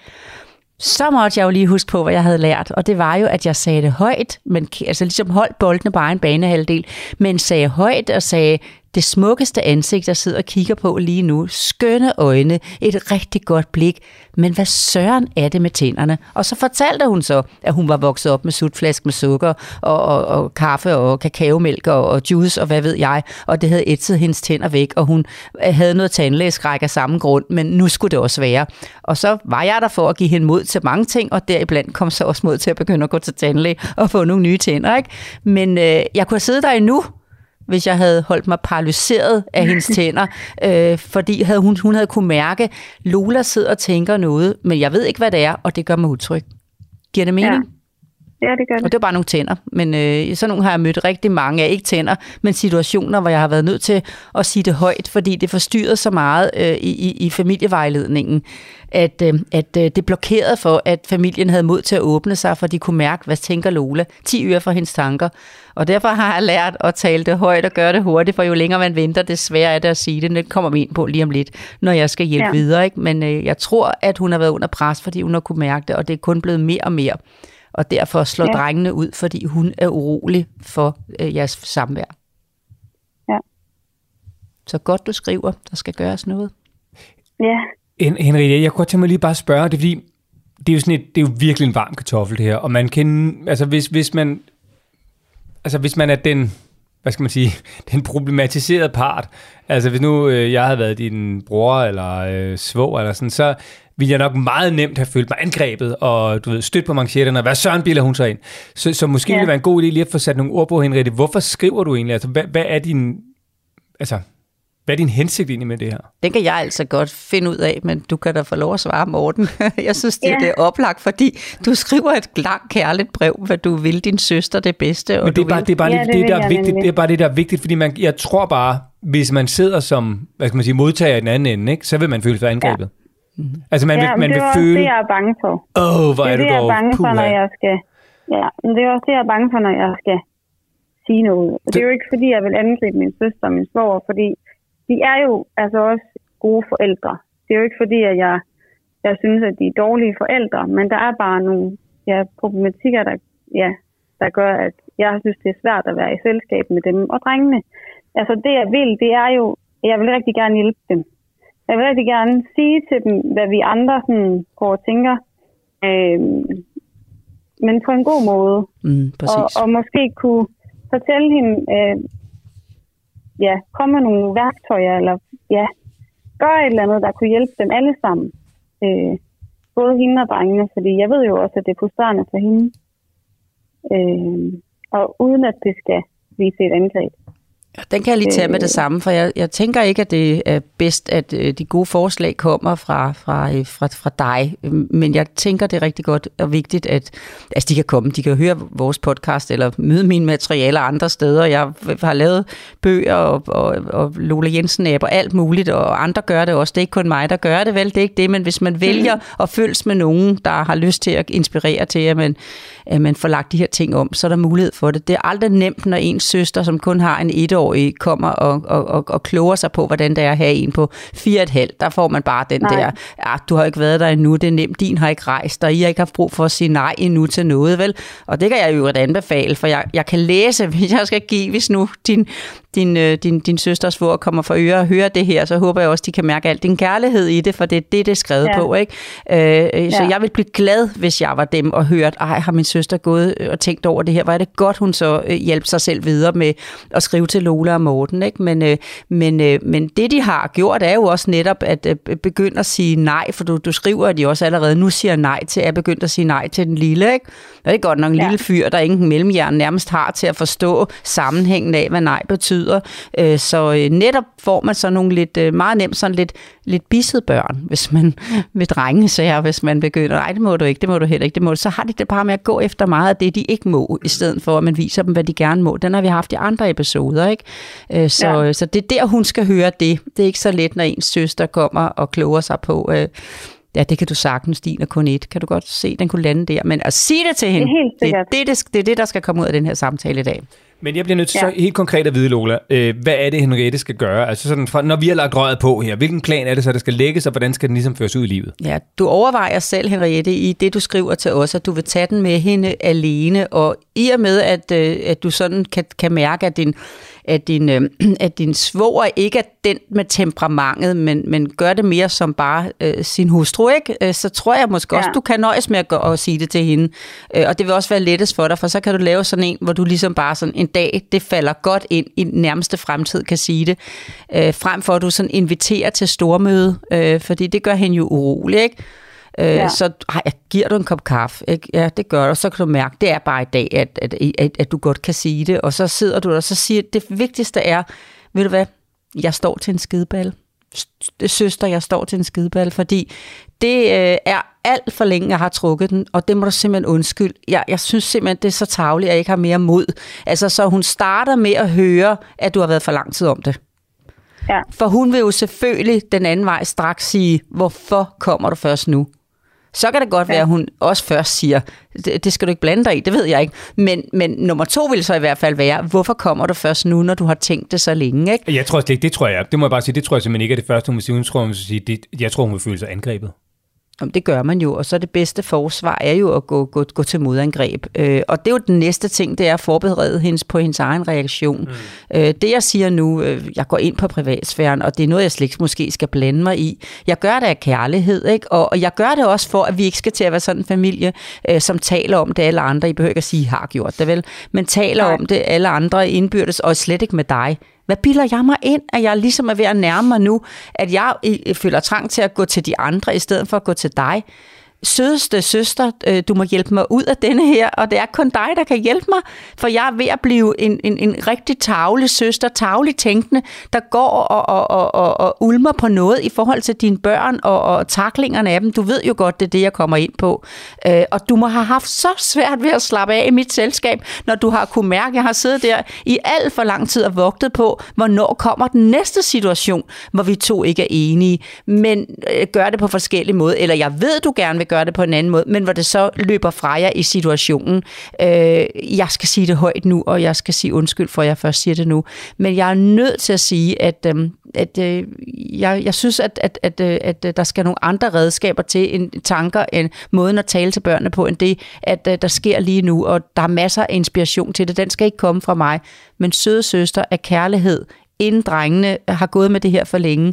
Så måtte jeg jo lige huske på, hvad jeg havde lært, og det var jo, at jeg sagde det højt, men altså ligesom holdt boldene bare en banehalvdel, men sagde højt og sagde, det smukkeste ansigt, jeg sidder og kigger på lige nu, skønne øjne, et rigtig godt blik, men hvad søren er det med tænderne? Og så fortalte hun så, at hun var vokset op med sutflask med sukker, og, og, og kaffe og kakaomælk og, og juice og hvad ved jeg, og det havde ætset hendes tænder væk, og hun havde noget tandlægeskræk af samme grund, men nu skulle det også være. Og så var jeg der for at give hende mod til mange ting, og deriblandt kom så også mod til at begynde at gå til tandlæge og få nogle nye tænder, ikke? Men øh, jeg kunne sidde der endnu, hvis jeg havde holdt mig paralyseret af hendes tænder, øh, fordi havde hun, hun havde kunne mærke, Lola sidder og tænker noget, men jeg ved ikke, hvad det er, og det gør mig utryg. Giver det mening? Ja, det gør det. Og det er bare nogle tænder. Men øh, sådan nogle har jeg mødt rigtig mange af. Ikke tænder, men situationer, hvor jeg har været nødt til at sige det højt, fordi det forstyrrede så meget øh, i, i familievejledningen, at, øh, at øh, det blokerede for, at familien havde mod til at åbne sig, for de kunne mærke, hvad tænker Lola. ti øre for hendes tanker. Og derfor har jeg lært at tale det højt og gøre det hurtigt, for jo længere man venter, det svære er det at sige det. Det kommer vi ind på lige om lidt, når jeg skal hjælpe ja. videre. Ikke? Men øh, jeg tror, at hun har været under pres, fordi hun har kunne mærke det, og det er kun blevet mere og mere. Og derfor slår ja. drengene ud, fordi hun er urolig for øh, jeres samvær. Ja. Så godt du skriver, der skal gøres noget. Ja. Henriette, jeg kunne godt tænke mig lige bare spørge, det er fordi, det er jo sådan et, det er jo virkelig en varm kartoffel det her, og man kan, altså hvis, hvis man, altså hvis man er den, hvad skal man sige, den problematiserede part, altså hvis nu øh, jeg havde været din bror eller øh, svoger eller sådan, så ville jeg nok meget nemt have følt mig angrebet, og du ved, stødt på manchetterne, og hvad søren bilder hun så ind? Så, så måske ja. ville det være en god idé lige at få sat nogle ord på, Henriette. Hvorfor skriver du egentlig? Altså, hvad, hvad er din, altså, hvad er din hensigt egentlig med det her? Den kan jeg altså godt finde ud af, men du kan da få lov at svare, Morten. Jeg synes, det, ja. det er oplagt, fordi du skriver et langt kærligt brev, hvad du vil din søster det bedste. Og men det er bare, det er bare ja, det, det, der er vigtigt. Det er bare det, der er vigtigt, fordi man, jeg tror bare, hvis man sidder som, hvad skal man sige, modtager i den anden ende, ikke, så vil man føle sig angrebet. Ja. Mm-hmm. Altså man vil, ja, man det vil er føle... det, jeg er bange for. Åh, oh, hvor det er, er du det, dog jeg er bange for, når jeg skal... Ja, men det er også det, jeg er bange for, når jeg skal sige noget. Og det, det er jo ikke, fordi jeg vil angribe min søster og min svoger, fordi de er jo altså også gode forældre. Det er jo ikke fordi, at jeg, jeg synes, at de er dårlige forældre, men der er bare nogle ja, problematikker, der, ja, der gør, at jeg synes, det er svært at være i selskab med dem og drengene. Altså det, jeg vil, det er jo... Jeg vil rigtig gerne hjælpe dem. Jeg vil rigtig gerne sige til dem, hvad vi andre sådan, går og tænker, øh, men på en god måde. Mm, og, og måske kunne fortælle hende, øh, ja, komme med nogle værktøjer, eller ja, gøre et eller andet, der kunne hjælpe dem alle sammen. Øh, både hende og drengene, fordi jeg ved jo også, at det er frustrerende for hende. Øh, og uden at det skal blive til et angreb. Den kan jeg lige tage med det samme, for jeg, jeg tænker ikke, at det er bedst, at øh, de gode forslag kommer fra, fra, øh, fra, fra dig, men jeg tænker, det er rigtig godt og vigtigt, at altså, de kan komme, de kan høre vores podcast, eller møde mine materialer andre steder. Jeg har lavet bøger og, og, og Lola Jensen-app og alt muligt, og andre gør det også. Det er ikke kun mig, der gør det, vel? Det er ikke det, men hvis man vælger mm. at følges med nogen, der har lyst til at inspirere til, at man, at man får lagt de her ting om, så er der mulighed for det. Det er aldrig nemt, når ens søster, som kun har en etårig, kommer og, og, og, og kloger sig på, hvordan det er at have en på fire og et halvt. Der får man bare den nej. der, ja, du har ikke været der endnu, det er nemt, din har ikke rejst, og I har ikke haft brug for at sige nej endnu til noget, vel? Og det kan jeg jo et anbefale, for jeg, jeg kan læse, hvis jeg skal give, hvis nu din, din, din, din søsters svor kommer for øre og hører det her, så håber jeg også, de kan mærke alt din kærlighed i det, for det er det, det er skrevet ja. på, ikke? Øh, ja. Så jeg ville blive glad, hvis jeg var dem og hørt, ej, har min søster gået og tænkt over det her, hvor er det godt, hun så hjælper sig selv videre med at skrive til Lola og Morten, ikke? Men, øh, men, øh, men det, de har gjort, er jo også netop at øh, begynde at sige nej, for du, du skriver, at de også allerede nu siger nej til, at begynde at sige nej til den lille, ikke? Og det er godt nok en ja. lille fyr, der ingen mellemhjerne nærmest har til at forstå sammenhængen af, hvad nej betyder. Øh, så øh, netop får man så nogle lidt, øh, meget nemt sådan lidt, lidt bissede børn, hvis man vil drenge sig, hvis man begynder, nej, det må du ikke, det må du heller ikke, det må du. Så har de det bare med at gå efter meget af det, de ikke må, i stedet for, at man viser dem, hvad de gerne må. Den har vi haft i andre episoder, ikke? Så, ja. så det er der, hun skal høre det. Det er ikke så let, når ens søster kommer og kloger sig på, øh, ja, det kan du sagtens, din er kun et. Kan du godt se, den kunne lande der. Men at sige det til hende, det er, det, det, det, det er det, der skal komme ud af den her samtale i dag. Men jeg bliver nødt til ja. så helt konkret at vide, Lola, øh, hvad er det, Henriette skal gøre? Altså sådan, fra, når vi har lagt røret på her, hvilken plan er det så, der skal lægges, og hvordan skal den ligesom føres ud i livet? Ja, du overvejer selv, Henriette, i det, du skriver til os, at du vil tage den med hende alene, og i og med, at, øh, at du sådan kan, kan mærke, at din at din, øh, at din svoger ikke er den med temperamentet, men, men gør det mere som bare øh, sin hustru, ikke? Øh, så tror jeg måske ja. også, du kan nøjes med at, gå og sige det til hende. Øh, og det vil også være lettest for dig, for så kan du lave sådan en, hvor du ligesom bare sådan en dag, det falder godt ind i den nærmeste fremtid, kan sige det. Øh, frem for at du sådan inviterer til stormøde, øh, fordi det gør hende jo urolig, ikke? Ja. Så ej, giver du en kop kaffe, ikke? Ja, det gør du, så kan du mærke, det er bare i dag, at, at, at, at du godt kan sige det, og så sidder du der, og så siger, det vigtigste er, ved du hvad, jeg står til en skideballe, søster, jeg står til en skideball, fordi det øh, er alt for længe, jeg har trukket den, og det må du simpelthen undskylde. Jeg, jeg synes simpelthen, det er så tarveligt, at jeg ikke har mere mod. Altså, så hun starter med at høre, at du har været for lang tid om det. Ja. For hun vil jo selvfølgelig den anden vej straks sige, hvorfor kommer du først nu? Så kan det godt være, at hun også først siger, det, det skal du ikke blande dig i, det ved jeg ikke. Men, men nummer to vil så i hvert fald være, hvorfor kommer du først nu, når du har tænkt det så længe? Ikke? Jeg tror slet ikke, det tror jeg. Det må jeg bare sige, det tror jeg simpelthen ikke er det første, hun vil sige. Hun tror, hun vil sige, det, jeg tror, hun vil føle sig angrebet. Det gør man jo, og så det bedste forsvar er jo at gå, gå, gå til modangreb. Øh, og det er jo den næste ting, det er at forberede hende på hendes egen reaktion. Mm. Øh, det jeg siger nu, øh, jeg går ind på privatsfæren, og det er noget, jeg slet ikke måske skal blande mig i. Jeg gør det af kærlighed, ikke? Og, og jeg gør det også for, at vi ikke skal til at være sådan en familie, øh, som taler om det alle andre. I behøver ikke at sige, har gjort det vel, men taler Nej. om det alle andre indbyrdes, og slet ikke med dig. Hvad bilder jeg mig ind, at jeg ligesom er ved at nærme mig nu, at jeg føler trang til at gå til de andre, i stedet for at gå til dig? Sødeste søster, du må hjælpe mig ud af denne her, og det er kun dig, der kan hjælpe mig, for jeg er ved at blive en, en, en rigtig tavlig søster, tavlig tænkende, der går og, og, og, og, og ulmer på noget i forhold til dine børn og, og taklingerne af dem. Du ved jo godt, det er det, jeg kommer ind på. Øh, og du må have haft så svært ved at slappe af i mit selskab, når du har kunne mærke, at jeg har siddet der i alt for lang tid og vogtet på, hvornår kommer den næste situation, hvor vi to ikke er enige, men øh, gør det på forskellige måder, eller jeg ved, du gerne vil gøre det på en anden måde, men hvor det så løber fra jer i situationen. Øh, jeg skal sige det højt nu, og jeg skal sige undskyld for, at jeg først siger det nu. Men jeg er nødt til at sige, at, øh, at øh, jeg, jeg synes, at, at, at, at, at der skal nogle andre redskaber til, en tanker, en måden at tale til børnene på, end det, at, at der sker lige nu, og der er masser af inspiration til det. Den skal ikke komme fra mig, men søde søster af kærlighed, inden drengene har gået med det her for længe.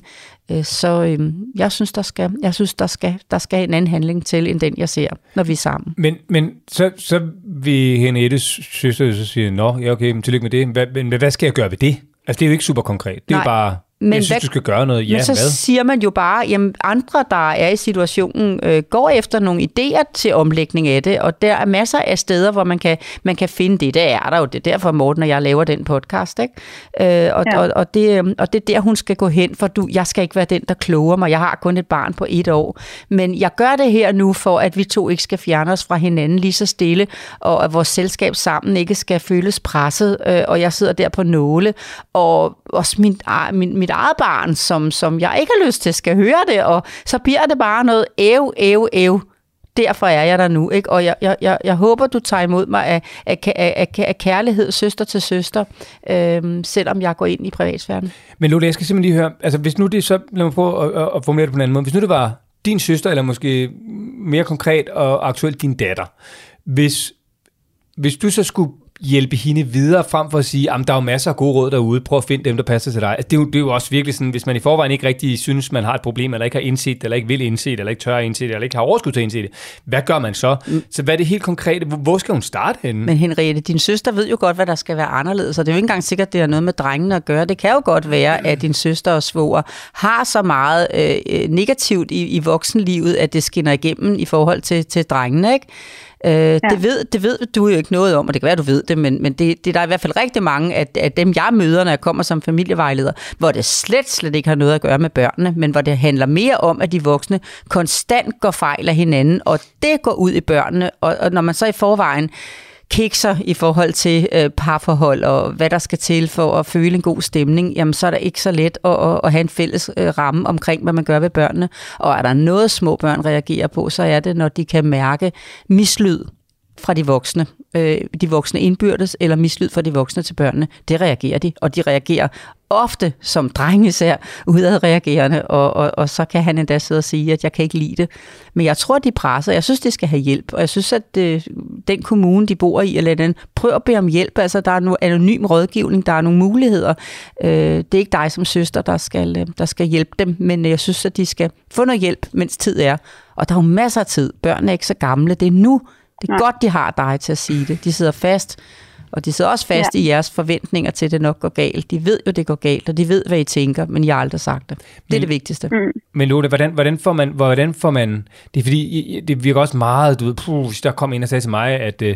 Så øhm, jeg synes, der skal, jeg synes der, skal, der skal en anden handling til, end den, jeg ser, når vi er sammen. Men, men så, så vil Henriettes søster så sige, nå, ja okay, men tillykke med det. Hvad, men hvad skal jeg gøre ved det? Altså, det er jo ikke super konkret. Det er Nej. jo bare... Men jeg synes, hvad, du skal gøre noget. Ja, men så hvad? siger man jo bare, jamen andre, der er i situationen, øh, går efter nogle idéer til omlægning af det, og der er masser af steder, hvor man kan, man kan finde det. Det er der jo. Det er derfor, Morten og jeg laver den podcast, ikke? Øh, og, ja. og, og, det, og det er der, hun skal gå hen, for du, jeg skal ikke være den, der kloger mig. Jeg har kun et barn på et år. Men jeg gør det her nu, for at vi to ikke skal fjerne os fra hinanden lige så stille, og at vores selskab sammen ikke skal føles presset, øh, og jeg sidder der på nåle, og også min, min, mit eget barn, som, som jeg ikke har lyst til, skal høre det, og så bliver det bare noget æv, æv, æv. Derfor er jeg der nu, ikke? Og jeg, jeg, jeg, jeg håber, du tager imod mig af, af, af, af kærlighed, søster til søster, øhm, selvom jeg går ind i privatsfæren. Men Lola, jeg skal simpelthen lige høre, altså hvis nu det så, lad mig prøve at, at formulere det på en anden måde, hvis nu det var din søster, eller måske mere konkret og aktuelt din datter, hvis, hvis du så skulle hjælpe hende videre, frem for at sige, at der er jo masser af gode råd derude, prøv at finde dem, der passer til dig. Altså, det, er jo, det er jo også virkelig sådan, hvis man i forvejen ikke rigtig synes, man har et problem, eller ikke har indset det, eller ikke vil indse det, eller ikke tør at indse det, eller ikke har overskud til at indse det. Hvad gør man så? Mm. Så hvad er det helt konkrete? Hvor skal hun starte henne? Men Henriette, din søster ved jo godt, hvad der skal være anderledes, og det er jo ikke engang sikkert, at det har noget med drengene at gøre. Det kan jo godt være, at din søster og svoger har så meget øh, negativt i, i voksenlivet, at det skinner igennem i forhold til, til drengene, ikke? Øh, ja. det, ved, det ved du jo ikke noget om, og det kan være, du ved det, men, men det, det er der i hvert fald rigtig mange af, af dem, jeg møder, når jeg kommer som familievejleder, hvor det slet, slet ikke har noget at gøre med børnene, men hvor det handler mere om, at de voksne konstant går fejl af hinanden, og det går ud i børnene, og, og når man så i forvejen kikser i forhold til øh, parforhold og hvad der skal til for at føle en god stemning, jamen så er det ikke så let at, at, at have en fælles øh, ramme omkring, hvad man gør ved børnene. Og er der noget, små børn reagerer på, så er det, når de kan mærke mislyd fra de voksne. Øh, de voksne indbyrdes, eller mislyd fra de voksne til børnene. Det reagerer de, og de reagerer ofte som drenge især, udadreagerende, og, og, og så kan han endda sidde og sige, at jeg kan ikke lide det. Men jeg tror, de presser. Jeg synes, de skal have hjælp, og jeg synes, at det, den kommune, de bor i, eller den, prøv at bede om hjælp. Altså, der er noget anonym rådgivning, der er nogle muligheder. Øh, det er ikke dig som søster, der skal, der skal hjælpe dem, men jeg synes, at de skal få noget hjælp, mens tid er. Og der er jo masser af tid. Børnene er ikke så gamle. Det er nu. Det er ja. godt, de har dig til at sige det. De sidder fast, og de sidder også fast ja. i jeres forventninger til, at det nok går galt. De ved jo, det går galt, og de ved, hvad I tænker, men jeg har aldrig sagt det. Det men, er det vigtigste. Mm. Men Lola, hvordan, hvordan, får man, hvordan får man... Det er fordi, det virker også meget, du ved, puh, hvis der kom en og sagde til mig, at øh,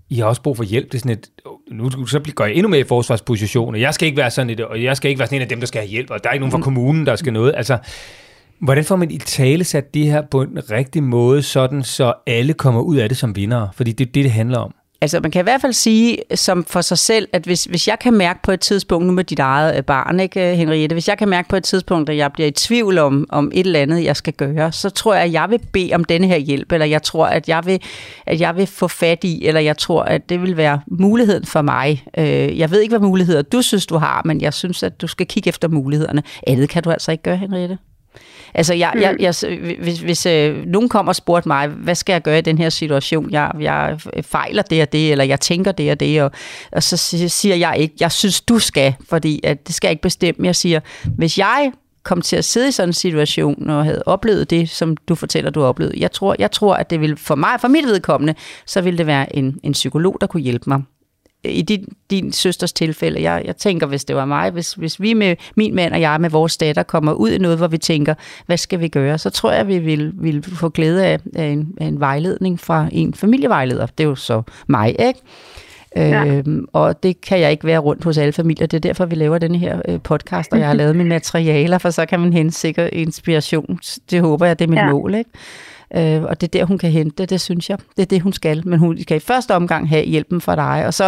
I har også brug for hjælp. Det er sådan et, nu så går jeg endnu mere i forsvarsposition, og jeg skal ikke være sådan et, og jeg skal ikke være sådan en af dem, der skal have hjælp, og der er ikke nogen fra kommunen, der skal noget. Altså, hvordan får man i tale sat det her på en rigtig måde, sådan så alle kommer ud af det som vindere? Fordi det er det, det handler om. Altså, man kan i hvert fald sige som for sig selv, at hvis, hvis jeg kan mærke på et tidspunkt, nu med dit eget barn, ikke, Henriette, hvis jeg kan mærke på et tidspunkt, at jeg bliver i tvivl om, om et eller andet, jeg skal gøre, så tror jeg, at jeg vil bede om denne her hjælp, eller jeg tror, at jeg vil, at jeg vil få fat i, eller jeg tror, at det vil være muligheden for mig. Jeg ved ikke, hvad muligheder du synes, du har, men jeg synes, at du skal kigge efter mulighederne. Andet kan du altså ikke gøre, Henriette. Altså, jeg, jeg, jeg, hvis, hvis øh, nogen kommer og spurgte mig, hvad skal jeg gøre i den her situation? Jeg, jeg fejler det og det, eller jeg tænker det og det, og, og så siger jeg ikke, jeg synes, du skal, fordi at det skal jeg ikke bestemme. Jeg siger, hvis jeg kom til at sidde i sådan en situation og havde oplevet det, som du fortæller, du har oplevet, jeg tror, jeg tror at det vil for mig, for mit vedkommende, så ville det være en, en psykolog, der kunne hjælpe mig. I din, din søsters tilfælde, jeg, jeg tænker, hvis det var mig, hvis, hvis vi med min mand og jeg med vores datter kommer ud i noget, hvor vi tænker, hvad skal vi gøre, så tror jeg, vi vil, vil få glæde af, af, en, af en vejledning fra en familievejleder. Det er jo så mig, ikke? Ja. Øhm, og det kan jeg ikke være rundt hos alle familier. Det er derfor, vi laver denne her øh, podcast, og jeg har lavet mine materialer, for så kan man hente sikkert inspiration. Det håber jeg, det er mit ja. mål, ikke? Øh, og det er der, hun kan hente det, det synes jeg. Det er det, hun skal. Men hun kan i første omgang have hjælpen fra dig. Og så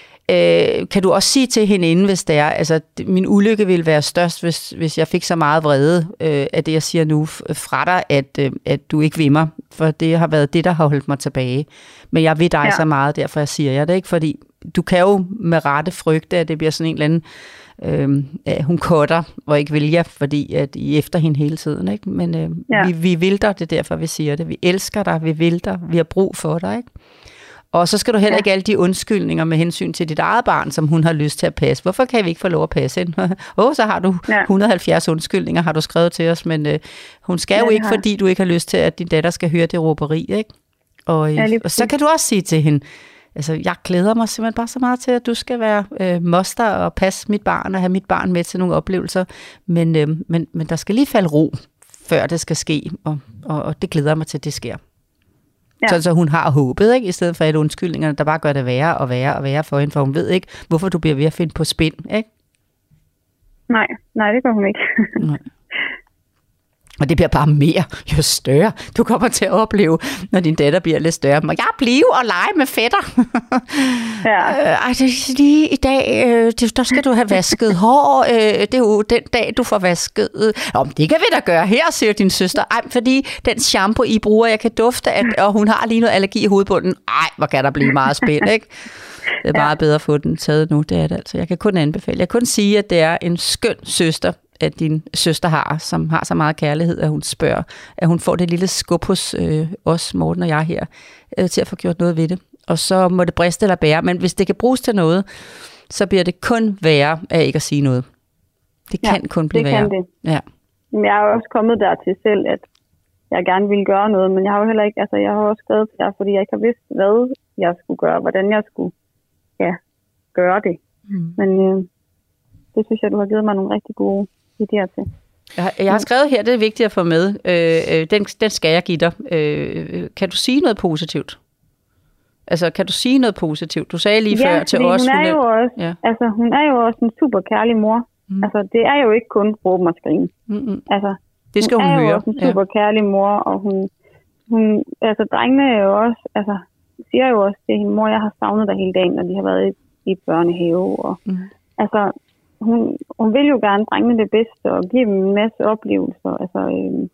øh, kan du også sige til hende inden, hvis det er, altså min ulykke ville være størst, hvis, hvis jeg fik så meget vrede øh, af det, jeg siger nu fra dig, at, øh, at du ikke vil mig. For det har været det, der har holdt mig tilbage. Men jeg vil dig ja. så meget, derfor jeg siger jeg det ikke. Fordi du kan jo med rette frygte, at det bliver sådan en eller anden Øhm, ja, hun cutter og ikke vil jer, fordi at I er efter hende hele tiden, ikke? Men øh, ja. vi, vi vil dig, det er derfor vi siger det. Vi elsker dig, vi vil dig, vi har brug for dig, ikke? Og så skal du heller ja. ikke alle de undskyldninger med hensyn til dit eget barn, som hun har lyst til at passe. Hvorfor kan vi ikke få lov at passe hende? Åh, oh, så har du ja. et hundrede og halvfjerds undskyldninger, har du skrevet til os, men øh, hun skal ja, jo ikke, har. fordi du ikke har lyst til, at din datter skal høre det råberi, ikke? Og, øh, ja, og så kan du også sige til hende, altså, jeg glæder mig simpelthen bare så meget til, at du skal være øh, moster og passe mit barn og have mit barn med til nogle oplevelser. Men, øh, men, men der skal lige falde ro, før det skal ske, og, og, og det glæder mig til, at det sker. Ja. Så, så hun har håbet, ikke? I stedet for alle undskyldningerne, der bare gør det værre og værre og værre for hende, for hun ved ikke, hvorfor du bliver ved at finde på spind, ikke? Nej, nej, det gør hun ikke. Nej. Og det bliver bare mere, jo større du kommer til at opleve, når din datter bliver lidt større. Må jeg blive og lege med fætter? Ja. Øh, ej, det er lige i dag, øh, der skal du have vasket hår. Øh, det er jo den dag, du får vasket. Nå, det kan vi da gøre her, siger din søster. Ej, fordi den shampoo, I bruger, jeg kan dufte, at, og hun har lige noget allergi i hovedbunden. Ej, hvor kan der blive meget spændt, ikke? Det er meget bedre at få den taget nu, det er det altså. Jeg kan kun anbefale. Jeg kan kun sige, at det er en skøn søster, at din søster har, som har så meget kærlighed, at hun spørger, at hun får det lille skub hos øh, os, Morten og jeg her, øh, til at få gjort noget ved det. Og så må det briste eller bære, men hvis det kan bruges til noget, så bliver det kun værre af ikke at sige noget. Det kan ja, kun blive det værre. Kan det. Ja. Jeg er jo også kommet dertil selv, at jeg gerne ville gøre noget, men jeg har jo heller ikke, altså jeg har også skrevet til jer, fordi jeg ikke har vidst, hvad jeg skulle gøre, hvordan jeg skulle ja, gøre det. Mm. Men øh, det synes jeg, du har givet mig nogle rigtig gode idéer til. Jeg har, jeg har skrevet her, det er vigtigt at få med. Øh, den, den skal jeg give dig. Øh, kan du sige noget positivt? Altså, kan du sige noget positivt? Du sagde lige ja, før til os. Hun er, hun jo også, ja. altså, hun er jo også en super kærlig mor. Mm. Altså, det er jo ikke kun råben og skrigen. Mm-hmm. Altså, det skal hun, hun høre. Hun er jo også en super ja. kærlig mor, og hun, hun, altså, drengene er jo også, altså, siger jo også til hende, mor, jeg har savnet dig hele dagen, når de har været i, i børnehave. Og, mm. Altså, hun, hun vil jo gerne drengene det bedste, og give dem en masse oplevelser. Altså, øhm,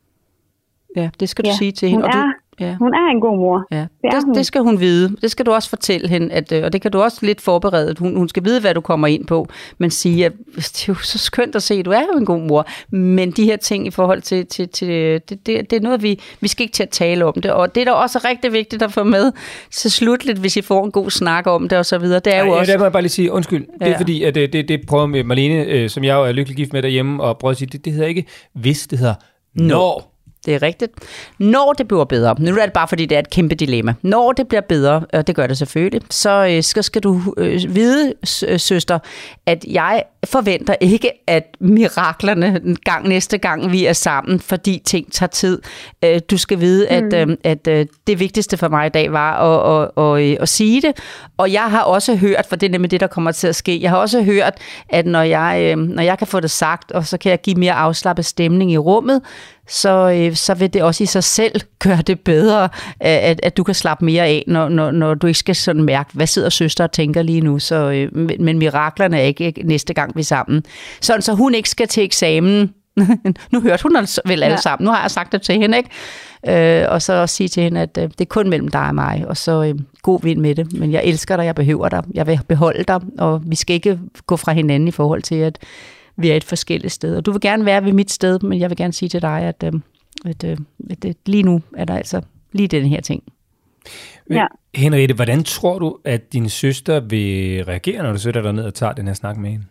ja, det skal du ja, sige til hende. Hun, og er, du, ja. hun er en god mor. Ja. Det, det, det skal hun vide. Det skal du også fortælle hende, at, og det kan du også lidt forberede. Hun, hun skal vide, hvad du kommer ind på, men sige, at det er jo så skønt at se, du er jo en god mor, men de her ting i forhold til, til, til det, det, det er noget, vi, vi skal ikke til at tale om det, og det er da også rigtig vigtigt at få med til slut lidt, hvis I får en god snak om det og så videre. Det er jo ja, også... Der må jeg bare lige sige, undskyld, det er ja. fordi, at det, det, det prøver med Marlene, som jeg jo er lykkelig gift med derhjemme, og prøver at sige, det, det hedder ikke hvis, det hedder når. Det er rigtigt. Når det bliver bedre, nu er det bare fordi, det er et kæmpe dilemma. Når det bliver bedre, og det gør det selvfølgelig, så skal, skal du øh, vide, søster, at jeg forventer ikke, at miraklerne en gang næste gang, vi er sammen, fordi ting tager tid. Øh, du skal vide, at, mm. øh, at øh, det vigtigste for mig i dag var at, at, at, at sige det. Og jeg har også hørt, for det er nemlig det, der kommer til at ske, jeg har også hørt, at når jeg, øh, når jeg kan få det sagt, og så kan jeg give mere afslappet stemning i rummet, så, øh, så vil det også i sig selv gøre det bedre, at, at du kan slappe mere af, når, når, når du ikke skal sådan mærke, hvad sidder søster og tænker lige nu. Så, øh, men, men miraklerne er ikke næste gang vi er sammen. Sådan, så hun ikke skal til eksamen. Nu hørte hun vel alle ja. sammen. Nu har jeg sagt det til hende, ikke? Øh, og så også sige til hende, at øh, det er kun mellem dig og mig, og så øh, god vind med det. Men jeg elsker dig, jeg behøver dig, jeg vil beholde dig, og vi skal ikke gå fra hinanden i forhold til, at vi er et forskelligt sted. Og du vil gerne være ved mit sted, men jeg vil gerne sige til dig, at, øh, at, øh, at, at lige nu er der altså lige den her ting. Ja. Henriette, hvordan tror du, at din søster vil reagere, når du sætter dig ned og tager den her snak med hende?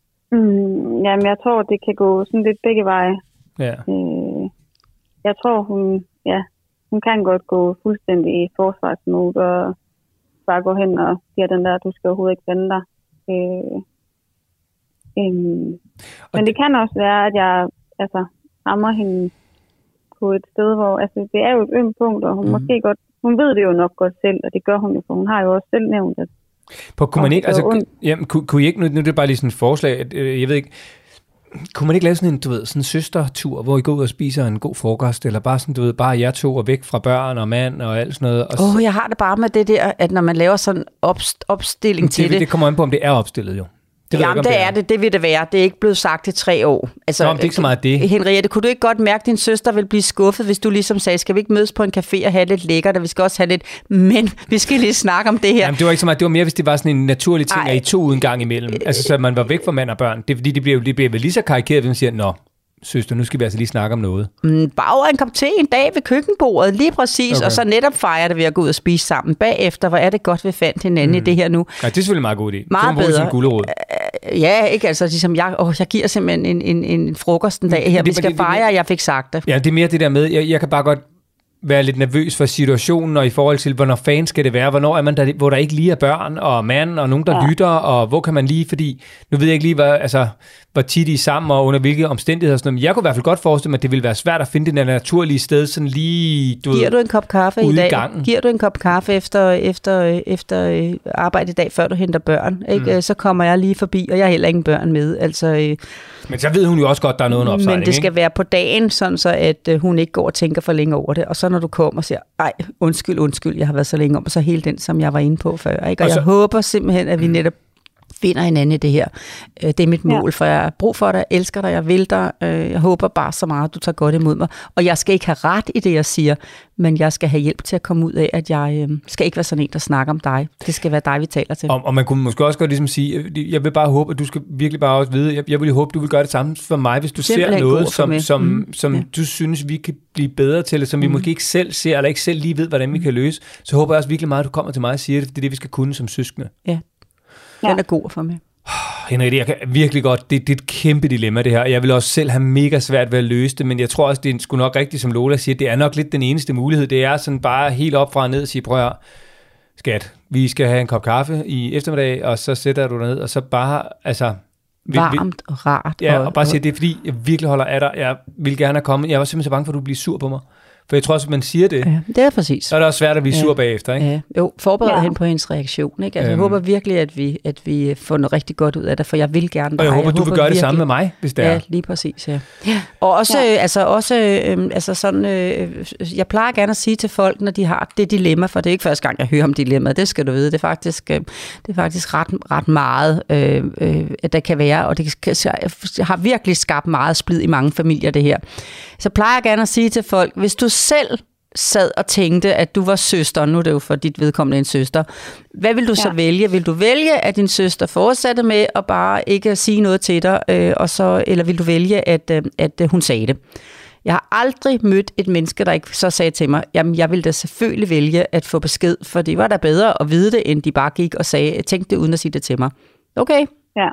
Mm, jamen, jeg tror, det kan gå sådan lidt begge veje. Ja. Øh, jeg tror, hun, ja, hun kan godt gå fuldstændig i forsvarsmode og bare gå hen og sige den der, du skal overhovedet ikke vende dig. Øh, øh, men det, det kan også være, at jeg altså, rammer hende på et sted, hvor altså, det er jo et ømt punkt, og hun mm. måske godt, hun ved det jo nok godt selv, og det gør hun jo, for hun har jo også selv nævnt det. På, kunne man ikke, altså, jamen, kunne, kunne I ikke, nu, nu er det bare lige sådan et forslag, at, øh, jeg ved ikke, kunne man ikke lave sådan en, du ved, sådan en søstertur, hvor I går ud og spiser en god frokost, eller bare sådan, du ved, bare jer to og væk fra børn og mand og alt sådan noget? Åh, oh, jeg har det bare med det der, at når man laver sådan opst- opstilling det, til det. Det kommer an på, om det er opstillet jo. Det Jamen, det er det. Det vil det være. Det er ikke blevet sagt i tre år. Altså, Nå, det er ikke så meget det. Henriette, kunne du ikke godt mærke, at din søster vil blive skuffet, hvis du ligesom sagde, skal vi ikke mødes på en café og have lidt lækkert, og vi skal også have lidt, men vi skal lige snakke om det her. Jamen, det var ikke så meget. Det var mere, hvis det var sådan en naturlig ting, Ej. at I to en gang imellem. Altså, så man var væk fra mand og børn. Det er fordi, det bliver, det bliver vel lige så karikeret, hvis man siger, nå, søster, nu skal vi altså lige snakke om noget. Mm, bare over en kop te en dag ved køkkenbordet, lige præcis, okay. Og så netop fejre det ved at gå ud og spise sammen bagefter. Hvor er det godt, vi fandt hinanden mm. i det her nu. Ja, det er selvfølgelig en meget god idé. Meget bedre. Gulerod. Ja, ikke altså, ligesom jeg, åh, jeg giver simpelthen en, en, en frokost en dag her, det, vi skal det, fejre, det, jeg fik sagt det. Ja, det er mere det der med, jeg, jeg kan bare godt være lidt nervøs for situationen, og i forhold til, hvornår fanden skal det være, hvornår er man der, hvor der ikke lige er børn og mand, og nogen, der ja. lytter, og hvor kan man lige, fordi, nu ved jeg ikke lige, hvad, altså, hvor tit I er sammen, og under hvilke omstændigheder, og sådan noget, men jeg kunne i hvert fald godt forestille mig, at det ville være svært at finde det naturlige sted, sådan lige, du Giver du en kop kaffe i dag? Gangen. Giver du en kop kaffe efter, efter, efter arbejde i dag, før du henter børn, ikke? Mm. Så kommer jeg lige forbi, og jeg har heller ingen børn med, altså... Men så ved hun jo også godt, der er noget en opsejling, Men det skal ikke? være på dagen, sådan så at uh, hun ikke går og tænker for længe over det. Og så når du kommer og siger, ej, undskyld, undskyld, jeg har været så længe om, og så hele den, som jeg var inde på før. Ikke? Og, og så, jeg håber simpelthen, at vi netop finder hinanden i det her. Det er mit mål, for jeg har brug for dig, jeg elsker dig, jeg vil dig. Jeg håber bare så meget, at du tager godt imod mig. Og jeg skal ikke have ret i det, jeg siger, men jeg skal have hjælp til at komme ud af, at jeg skal ikke være sådan en, der snakker om dig. Det skal være dig, vi taler til. Og, og man kunne måske også godt ligesom sige, jeg vil bare håbe, at du skal virkelig bare også vide, jeg, jeg vil håbe, du vil gøre det samme for mig, hvis du Simpelthen ser noget, som, som, mm, som ja. du synes, vi kan blive bedre til, eller som vi mm. måske ikke selv ser, eller ikke selv lige ved, hvordan vi kan løse. Så håber jeg også virkelig meget, at du kommer til mig og siger det, det er det, vi skal kunne som søskende. Ja. Den er god for mig. Henriette, jeg kan virkelig godt, det, det er et kæmpe dilemma det her. Jeg vil også selv have mega svært ved at løse det, men jeg tror også, det er sgu nok rigtigt, som Lola siger, det er nok lidt den eneste mulighed. Det er sådan bare helt op fra og ned og sige, prøv at skat, vi skal have en kop kaffe i eftermiddag, og så sætter du dig ned, og så bare, altså... Vi, Varmt og rart. Ja, og, og bare sige, det er fordi, jeg virkelig holder af dig. Jeg vil gerne have kommet. Jeg var simpelthen så bange for, at du bliver sur på mig. For jeg tror også, at man siger det. Ja, det er præcis. Så er det også svært at blive ja. sur bagefter, ikke? Ja. Jo, forbered ja. hen på hendes reaktion, ikke? Altså, øhm. jeg håber virkelig, at vi, at vi får noget rigtig godt ud af det, for jeg vil gerne dig. Og jeg håber, jeg du håber vil gøre virkelig, det samme med mig, hvis det er. Ja, lige præcis, ja. ja. Og også, ja. altså, også øh, altså sådan, øh, jeg plejer gerne at sige til folk, når de har det dilemma, for det er ikke første gang, jeg hører om dilemmaet, det skal du vide. Det er faktisk, øh, det er faktisk ret, ret meget, øh, øh, at der kan være, og det har virkelig skabt meget splid i mange familier, det her. Så plejer jeg gerne at sige til folk, hvis du selv sad og tænkte, at du var søster, nu er det jo for dit vedkommende en søster, hvad vil du ja. så vælge? Vil du vælge, at din søster fortsatte med at bare ikke sige noget til dig, øh, og så, eller vil du vælge, at, øh, at hun sagde det? Jeg har aldrig mødt et menneske, der ikke så sagde til mig, jamen jeg ville da selvfølgelig vælge at få besked, for det var da bedre at vide det, end de bare gik og sagde, tænkte det uden at sige det til mig. Okay. Ja.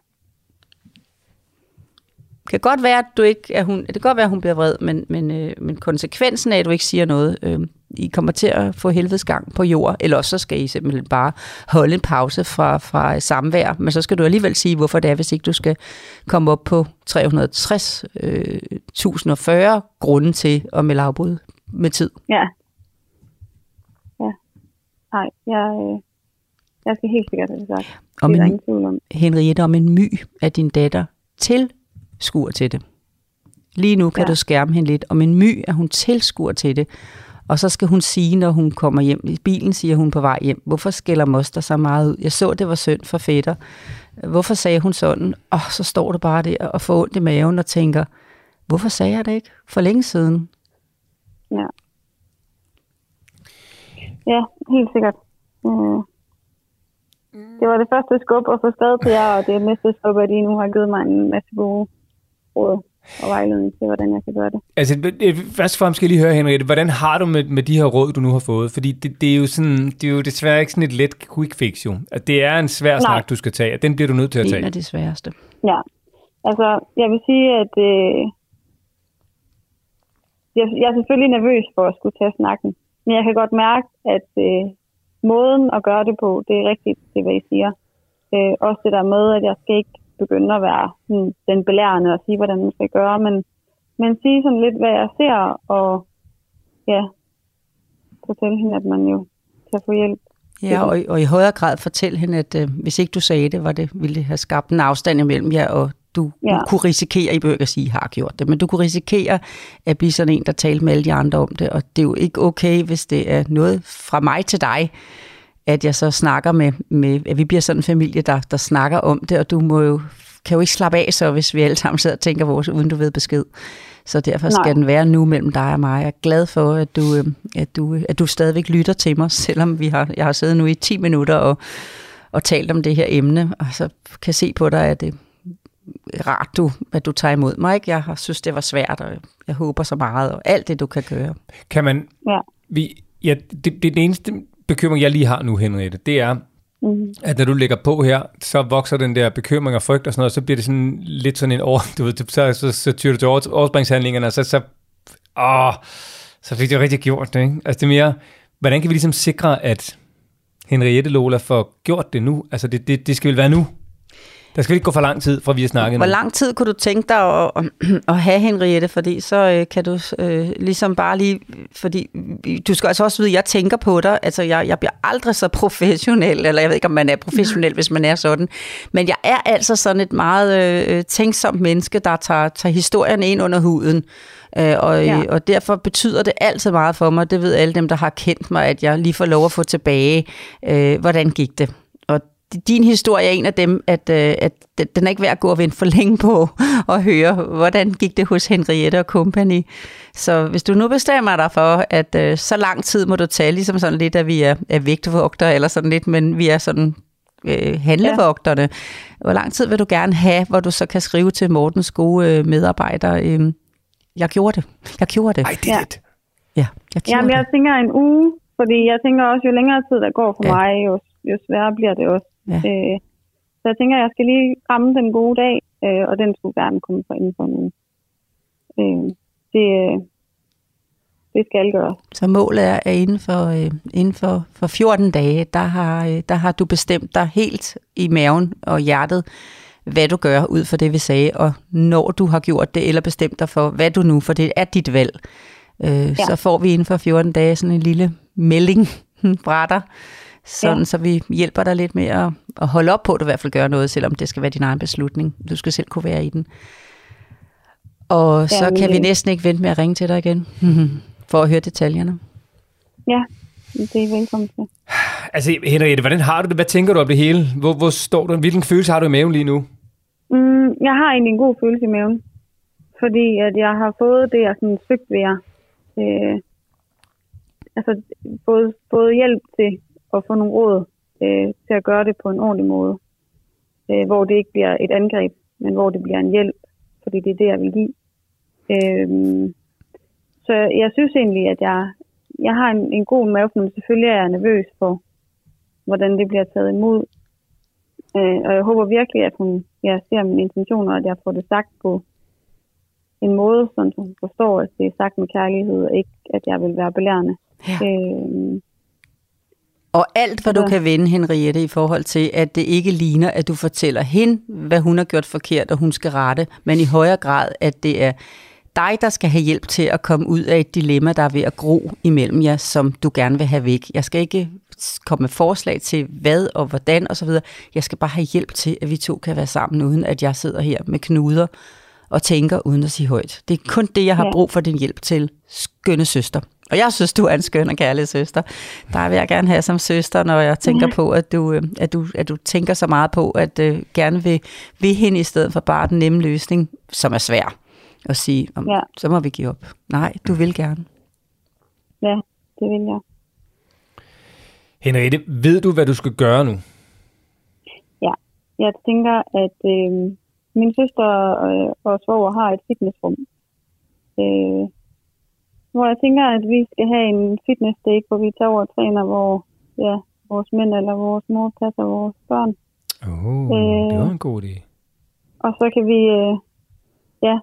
Det kan godt være, at du ikke, at hun, det kan godt være, at hun bliver vred, men, men, øh, men konsekvensen af, at du ikke siger noget, øh, I kommer til at få helvedes gang på jord, eller også så skal I simpelthen bare holde en pause fra, fra samvær, men så skal du alligevel sige, hvorfor det er, hvis ikke du skal komme op på tre hundrede og tres tusind og fyrre grunde til at melde afbud med tid. Ja. Ja. Nej, jeg, jeg skal helt sikkert have det sagt. Om det er der en, ingen tvivl om. Henriette, om en my af din datter tilskuer til det. Lige nu kan ja. du skærme hende lidt. Om en my er hun tilskuer til det. Og så skal hun sige, når hun kommer hjem. I bilen siger hun på vej hjem. Hvorfor skælder moster så meget ud? Jeg så, det var synd for fætter. Hvorfor sagde hun sådan? Og så står det bare der og får ondt i maven og tænker, hvorfor sagde jeg det ikke for længe siden? Ja. Ja, helt sikkert. Mm. Det var det første skub at få skrevet til jer, og det næste skub, at I nu har givet mig en masse gode råd og vejledning til, hvordan jeg kan gøre det. Altså, først og fremmest skal jeg lige høre, Henriette, hvordan har du med, med de her råd, du nu har fået? Fordi det, det er jo sådan, det er jo desværre ikke sådan et let quick fix, jo. At det er en svær Nej. snak, du skal tage, og den bliver du nødt til at tage. En af de sværeste. Ja, altså, jeg vil sige, at øh, jeg, jeg er selvfølgelig nervøs for at skulle tage snakken, men jeg kan godt mærke, at øh, måden at gøre det på, det er rigtigt, det hvad I siger. Øh, også det der med, at jeg skal ikke begynde at være hmm, den belærende og sige, hvordan man skal gøre, men, men sige sådan lidt, hvad jeg ser, og ja, fortælle hende, at man jo kan få hjælp. Ja, og, og i højere grad fortælle hende, at øh, hvis ikke du sagde det, var det, ville det have skabt en afstand imellem jer, og du, ja. du kunne risikere, I behøver ikke at sige, at I har gjort det, men du kunne risikere at blive sådan en, der talte med alle de andre om det, og det er jo ikke okay, hvis det er noget fra mig til dig, at jeg så snakker med, med at vi bliver sådan en familie, der, der snakker om det, og du må jo, kan jo ikke slappe af så, hvis vi alle sammen sidder og tænker vores, uden du ved besked. Så derfor skal Nej. den være nu mellem dig og mig. Jeg er glad for, at du, at du, at du stadigvæk lytter til mig, selvom vi har, jeg har siddet nu i ti minutter og, og talt om det her emne, og så kan se på dig, at det er rart, du, at du tager imod mig. Ikke? Jeg synes, det var svært, og jeg håber så meget, og alt det, du kan gøre. Kan man... Ja. Vi, ja, det, det, det eneste bekymring, jeg lige har nu, Henriette, det er, mm. at når du lægger på her, så vokser den der bekymring og frygt og sådan noget, så bliver det sådan lidt sådan en over, du ved, så, så, så tyrer du til over, overspringshandlingerne, og så, så, åh, så fik det jo rigtig gjort det, ikke? Altså det er mere, hvordan kan vi ligesom sikre, at Henriette Lola får gjort det nu? Altså det, det, det skal vel være nu? Der skal ikke gå for lang tid, fra vi har snakket Hvor nu. lang tid kunne du tænke dig at, at, at have, Henriette? Fordi så øh, kan du øh, ligesom bare lige... Fordi du skal altså også vide, at jeg tænker på dig. Altså, jeg, jeg bliver aldrig så professionel, eller jeg ved ikke, om man er professionel, hvis man er sådan. Men jeg er altså sådan et meget øh, tænksomt menneske, der tager, tager historien ind under huden. Øh, og, ja. og derfor betyder det altid meget for mig. Det ved alle dem, der har kendt mig, at jeg lige får lov at få tilbage. Øh, hvordan gik det? Din historie er en af dem, at, at den er ikke værd at gå og vente for længe på og høre, hvordan gik det hos Henriette og company. Så hvis du nu bestemmer dig for, at så lang tid må du tage, ligesom sådan lidt, at vi er, er vægtvogtere, eller sådan lidt, men vi er sådan øh, handlevogterne. Ja. Hvor lang tid vil du gerne have, hvor du så kan skrive til Mortens gode øh, medarbejdere, øh, jeg gjorde det, jeg gjorde det. I did it. Ja, jeg gjorde Jamen, jeg det. tænker en uge, fordi jeg tænker også, jo længere tid der går for ja. mig, jo, jo sværere bliver det også. Ja. Øh, så jeg tænker, at jeg skal lige ramme den gode dag, øh, og den skulle gerne komme fra inden for nu. Øh, det, det skal gøre. Så målet er, at inden for, øh, inden for, for fjorten dage, der har, øh, der har du bestemt dig helt i maven og hjertet, hvad du gør ud fra det, vi sagde, og når du har gjort det, eller bestemt dig for, hvad du nu, for det er dit valg, øh, ja. så får vi inden for fjorten dage sådan en lille melding fra dig, sådan, ja. så vi hjælper dig lidt med at, at holde op på, at du i hvert fald gør noget, selvom det skal være din egen beslutning. Du skal selv kunne være i den. Og ja, så kan vi næsten ikke vente med at ringe til dig igen, for at høre detaljerne. Ja, det er velkommen til. Altså, Henriette, hvordan har du det? Hvad tænker du om det hele? Hvor, hvor står du? Hvilken følelse har du i maven lige nu? Mm, jeg har egentlig en god følelse i maven. Fordi at jeg har fået det, jeg sådan søgt ved jer. Øh, altså, både, både hjælp til at få nogle råd øh, til at gøre det på en ordentlig måde. Øh, hvor det ikke bliver et angreb, men hvor det bliver en hjælp. Fordi det er det, jeg vil give. Øh, så jeg synes egentlig, at jeg, jeg har en, en god mavefornemmelse. Selvfølgelig er jeg nervøs for, hvordan det bliver taget imod. Øh, og jeg håber virkelig, at hun jeg ser mine intentioner, at jeg får det sagt på en måde, så hun forstår, at det er sagt med kærlighed, og ikke at jeg vil være belærende. Ja. Øh, Og alt, hvad du Ja. kan vende, Henriette, i forhold til, at det ikke ligner, at du fortæller hende, hvad hun har gjort forkert, og hun skal rette, men i højere grad, at det er dig, der skal have hjælp til at komme ud af et dilemma, der er ved at gro imellem jer, som du gerne vil have væk. Jeg skal ikke komme med forslag til, hvad og hvordan osv. Jeg skal bare have hjælp til, at vi to kan være sammen, uden at jeg sidder her med knuder og tænker, uden at sige højt. Det er kun det, jeg har Ja. brug for din hjælp til, skønne søster. Og jeg synes, du er en skøn og kærlig søster. Der vil jeg gerne have som søster, når jeg tænker på, at du, at du, at du tænker så meget på, at uh, gerne vil, vil hende i stedet for bare den nemme løsning, som er svær, at sige, om, Ja. så må vi give op. Nej, du vil gerne. ja, det vil jeg. Henriette, ved du, hvad du skal gøre nu? Ja, jeg tænker, at øh, min søster øh, og svoger har et fitnessrum. Øh, hvor jeg tænker, at vi skal have en fitness day, hvor vi tager over og træner, hvor ja, vores mænd eller vores mor passer vores børn. Åh, oh, det var en god idé. Og så kan vi, øh, ja,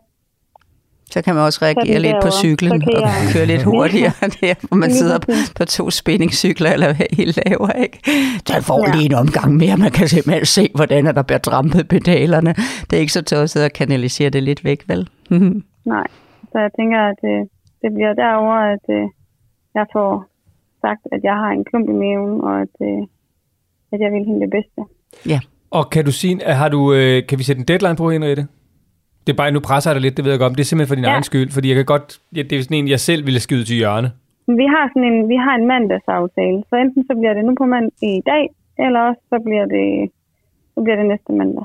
Så kan man også reagere den lidt på derovre. cyklen Så kan og jeg- køre lidt hurtigere, der, hvor man Lige sidder præcis. på to spændingscykler, eller hvad I laver, ikke? Så får Ja. lige en omgang mere, man kan simpelthen se, hvordan der bliver trampet pedalerne. Det er ikke så tosset at kanalisere det lidt væk, vel? nej. Så jeg tænker, at øh, det bliver derover, at øh, jeg får sagt, at jeg har en klump i maven, og at, øh, at jeg vil hende det bedste. Ja. Og kan du sige, har du, øh, kan vi sætte en deadline på, Henriette? Det er bare, nu presser jeg dig lidt, det ved jeg godt, men det er simpelthen for din Ja. egen skyld, fordi jeg kan godt, ja, det er sådan en, jeg selv ville skyde til hjørne. Vi har sådan en, vi har en mandagsaftale, så enten så bliver det nu på mandag i dag, eller også så bliver det, så bliver det næste mandag.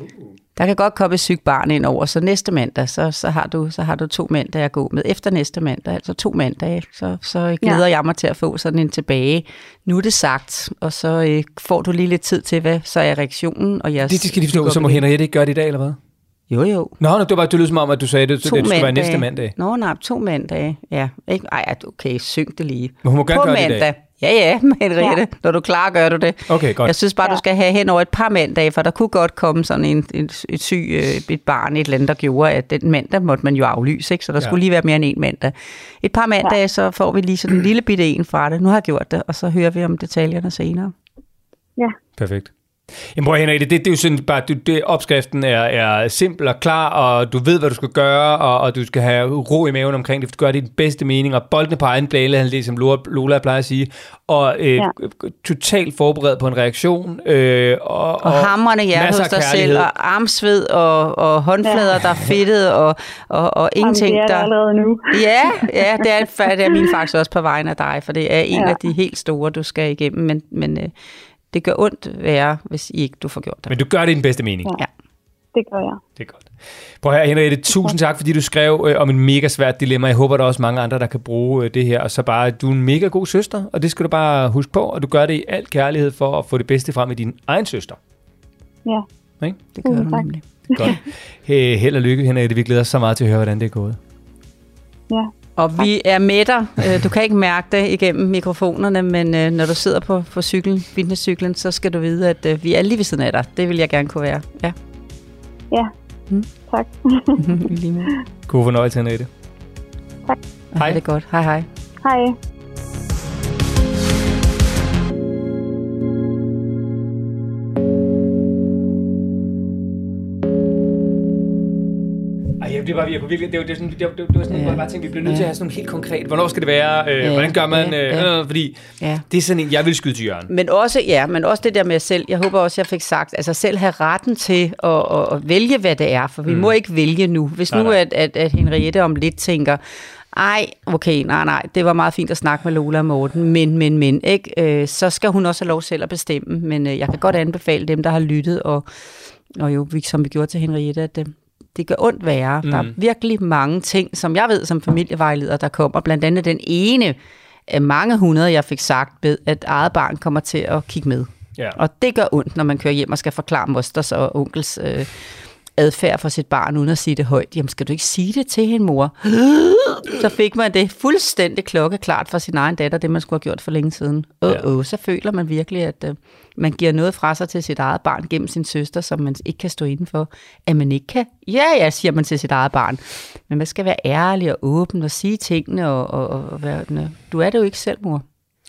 Der kan godt komme et sygt barn ind over, så næste mandag, så, så, har, du, så har du to mandage at gå med. Efter næste mandag, altså to mandage, så, så glæder ja. jeg mig til at få sådan en tilbage. Nu er det sagt, og så øh, får du lige lidt tid til, hvad så er reaktionen. Og jeres, Det, det skal de forstå, så må Henriette ikke gøre det i dag, eller hvad? Jo, jo. Nå, det var det lød som om, at du sagde det, så To det skulle være mandage. næste mandag. Nå, nej, to mandage. Ja, ikke? Ej, okay, syng det lige. Men hun må gerne På gøre det i mandag. dag. Ja, ja, Henriette. Ja. Når du er klar, gør du det. Okay, godt. Jeg synes bare, Ja. du skal have hen over et par mandage, for der kunne godt komme sådan en, en, et syg, øh, et barn, et eller andet, der gjorde, at den mandag måtte man jo aflyse, ikke? Så der Ja. skulle lige være mere end en mandag. Et par mandage, ja. så får vi lige sådan en lille bitte en fra det. Nu har jeg gjort det, og så hører vi om detaljerne senere. Ja, Perfekt. Jamen bror Henriette, det, det er jo sådan bare, du, det, opskriften er, er simpel og klar, og du ved, hvad du skal gøre, og, og du skal have ro i maven omkring det, for du gør det i den bedste mening, og boldene på egen blæle, det som Lola, Lola plejer at sige, og øh, Ja. totalt forberedt på en reaktion. Øh, og, Og, og hamrende hjerte masser hos af dig selv, kærlighed. og armsved, og, og håndflader, Ja. der er fedtet, og, og, og ingenting, Jamen, det er der... det allerede nu. Ja, ja, det er, fa- det er min faktisk også på vegne af dig, for det er en Ja. af de helt store, du skal igennem, men, men øh, det gør ondt værre, hvis I ikke du får gjort det. Men du gør det i den bedste mening. Ja. Det gør jeg. Det er godt. Prøv her, Henriette, tusind tak, fordi du skrev øh, om en mega svært dilemma. Jeg håber, der er også mange andre, der kan bruge øh, det her. Og så bare, du er en mega god søster, og det skal du bare huske på, og du gør det i al kærlighed for at få det bedste frem i din egen søster. Ja. Ikke? Det gør Tusind du tak. nemlig. Godt. Hey, held og lykke, Henriette. Vi glæder os så meget til at høre, hvordan det er gået. Ja. Og vi er med dig. Øh, Du kan ikke mærke det igennem mikrofonerne, men øh, når du sidder på, på cyklen, fitnesscyklen, så skal du vide, at øh, vi er lige ved siden af dig. Det vil jeg gerne kunne være. Ja. Ja. Mm. Tak. I lige måde. God fornøjelse, Henriette. Tak. Og Hej. det er godt. Hej hej. Hej. Ej, jamen, det var, jeg kunne virkelig, det var, det var sådan, det var, det var sådan, Ja. hvor jeg bare tænkte, vi bliver nødt til Ja. at have sådan nogle helt konkret, hvornår skal det være, øh, Ja, hvordan gør man, ja, øh, ja. øh, fordi Ja. det er sådan en, jeg vil skyde til hjørnet. Men også, ja, men også det der med selv, jeg håber også, jeg fik sagt, altså selv have retten til at, at, at vælge, hvad det er, for vi mm. må ikke vælge nu. Hvis Nej, nu, nej. at, at, at Henriette om lidt tænker, ej, okay, nej, nej, det var meget fint at snakke med Lola og Morten, men, men, men, ikke? Øh, så skal hun også have lov selv at bestemme, men øh, jeg kan godt anbefale dem, der har lyttet, og, og jo, som vi gjorde til Henriette, at det, det gør ondt værre. Mm. Der er virkelig mange ting, som jeg ved som familievejleder, der kommer, blandt andet den ene af mange hundrede, jeg fik sagt ved, at eget barn kommer til at kigge med. Ja. Og det gør ondt, når man kører hjem og skal forklare mosters og onkels øh, adfærd for sit barn, uden at sige det højt. Jamen, skal du ikke sige det til hende, mor? Så fik man det fuldstændig klokkeklart for sin egen datter, det man skulle have gjort for længe siden. Åh, ja. åh, så føler man virkelig, at uh, man giver noget fra sig til sit eget barn gennem sin søster, som man ikke kan stå indenfor. At man ikke kan? Ja, ja, siger man til sit eget barn. Men man skal være ærlig og åben og sige tingene, og, og, og være, du er det jo ikke selv, mor.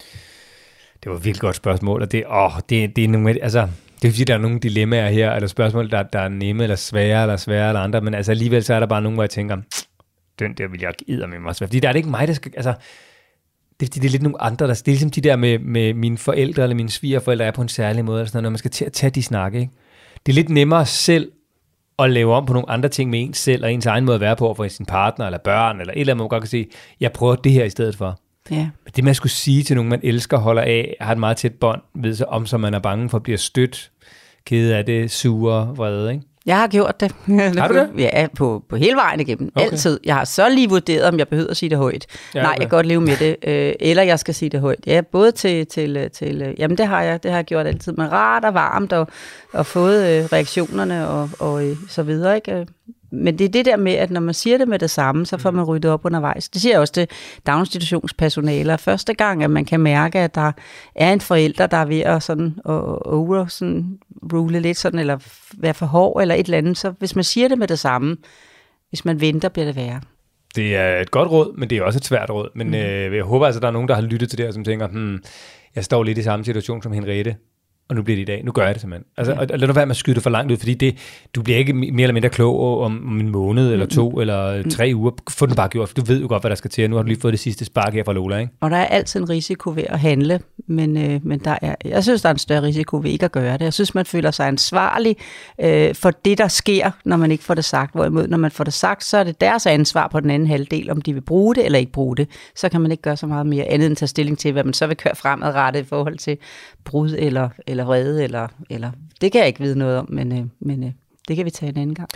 Det var et virkelig godt spørgsmål, og det, åh, det, det er nogle, altså... Det er fordi, der er nogle dilemmaer her, eller spørgsmål, der, der er nemme, eller svære, eller svære, eller andre, men altså alligevel så er der bare nogen, hvor jeg tænker, den der vil jeg eddermame mig svære. Fordi der er det ikke mig, der skal, altså, det, det er lidt nogle andre, der, det er ligesom de der med, med mine forældre, eller mine svigerforældre er på en særlig måde, eller sådan noget, når man skal til at tage de snakke, ikke? Det er lidt nemmere selv at lave om på nogle andre ting med ens selv, og ens egen måde at være på, for sin partner, eller børn, eller et eller andet, man godt kan sige, jeg prøver det her i stedet for. Ja. Men det, man skulle sige til nogen, man elsker, holder af, har et meget tæt bånd, ved sig om, så man er bange for at blive stødt, ked af det, sure, vrede, ikke? Jeg har gjort det. Har du det? Ja, på, på hele vejen igennem. Okay. Altid. Jeg har så lige vurderet, om jeg behøver at sige det højt. Ja, okay. Nej, jeg kan godt leve med det. Øh, eller jeg skal sige det højt. Ja, både til, til, til... Jamen, det har jeg. Det har jeg gjort altid. Men rart og varmt, og, og fået øh, reaktionerne, og, og øh, så videre, ikke? Men det er det der med, at når man siger det med det samme, så får man ryddet op undervejs. Det siger jeg også til daginstitutionspersonale. Første gang, at man kan mærke, at der er en forælder, der er ved at sådan, og over, sådan, rule lidt sådan, eller være for hård, eller et eller andet. Så hvis man siger det med det samme, hvis man venter, bliver det værre. Det er et godt råd, men det er også et svært råd. Men mm. øh, jeg håber altså, der er nogen, der har lyttet til det, og som tænker, hmm, jeg står lidt i samme situation som Henriette. Og nu bliver det i dag. Nu gør jeg det simpelthen. Altså, ja. Og lad nu være med at skyde det for langt ud, fordi det, du bliver ikke mere eller mindre klog om, om en måned, eller to, mm. eller tre uger. Få den bare gjort, for du ved jo godt, hvad der skal til. Nu har du lige fået det sidste spark her fra Lola, ikke? Og der er altid en risiko ved at handle, men, øh, men der er, jeg synes, der er en større risiko ved ikke at gøre det. Jeg synes, man føler sig ansvarlig øh, for det, der sker, når man ikke får det sagt. Hvorimod, når man får det sagt, så er det deres ansvar på den anden halvdel, om de vil bruge det eller ikke bruge det. Så kan man ikke gøre så meget mere andet end tage stilling til, hvad man så vil køre fremadrettet i forhold til brud eller, eller vrede, eller, eller det kan jeg ikke vide noget om, men, øh, men øh, det kan vi tage en anden gang.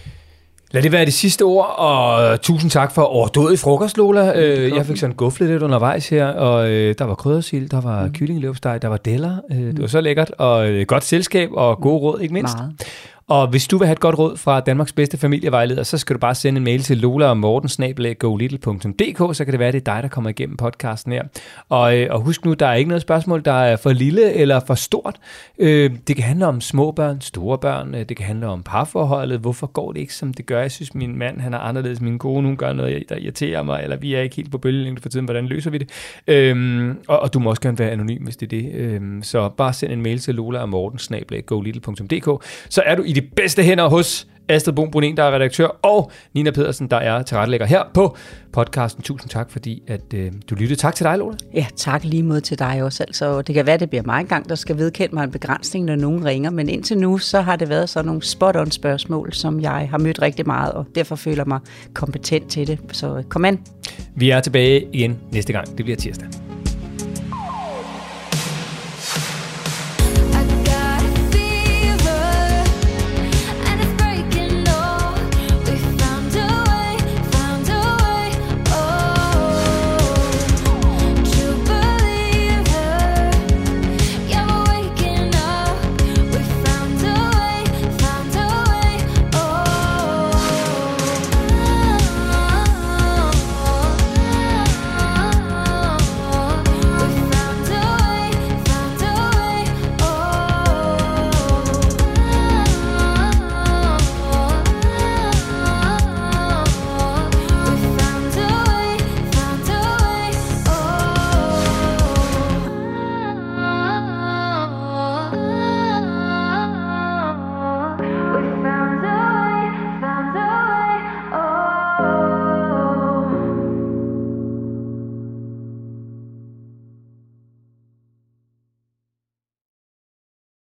Lad det være de sidste ord, og tusind tak for overdådig frokost, Lola. Øh, jeg fik sådan guflet lidt undervejs her, og øh, der var kryddersild, der var mm. kyllingeløbsteg, der var deller. Øh, mm. Det var så lækkert, og øh, godt selskab, og gode råd, ikke mindst. Meget. Og hvis du vil have et godt råd fra Danmarks bedste familievejleder, så skal du bare sende en mail til lola og morten snabel-a go little punktum d k, så kan det være, det er dig, der kommer igennem podcasten her. Og, øh, og husk nu, der er ikke noget spørgsmål, der er for lille eller for stort. Øh, det kan handle om små børn, store børn, det kan handle om parforholdet. Hvorfor går det ikke, som det gør? Jeg synes, min mand, han er anderledes. Min kone, hun gør noget, der irriterer mig, eller vi er ikke helt på bølgelængde for tiden. Hvordan løser vi det? Øh, og, og du må også gerne være anonym, hvis det er det. Øh, så bare send en mail til lola og morten snabel-a go little punktum d k, så er du i de bedste hænder hos Astrid Bruun Brunén, der er redaktør, og Nina Pedersen, der er tilrettelægger her på podcasten. Tusind tak, fordi at, øh, du lyttede. Tak til dig, Lola. Ja, tak lige mod til dig også. Altså, det kan være, det bliver mig engang, der skal vedkende mig en begrænsning, når nogen ringer, men indtil nu, så har det været sådan nogle spot-on spørgsmål, som jeg har mødt rigtig meget, og derfor føler mig kompetent til det. Så kom an. Vi er tilbage igen næste gang. Det bliver tirsdag.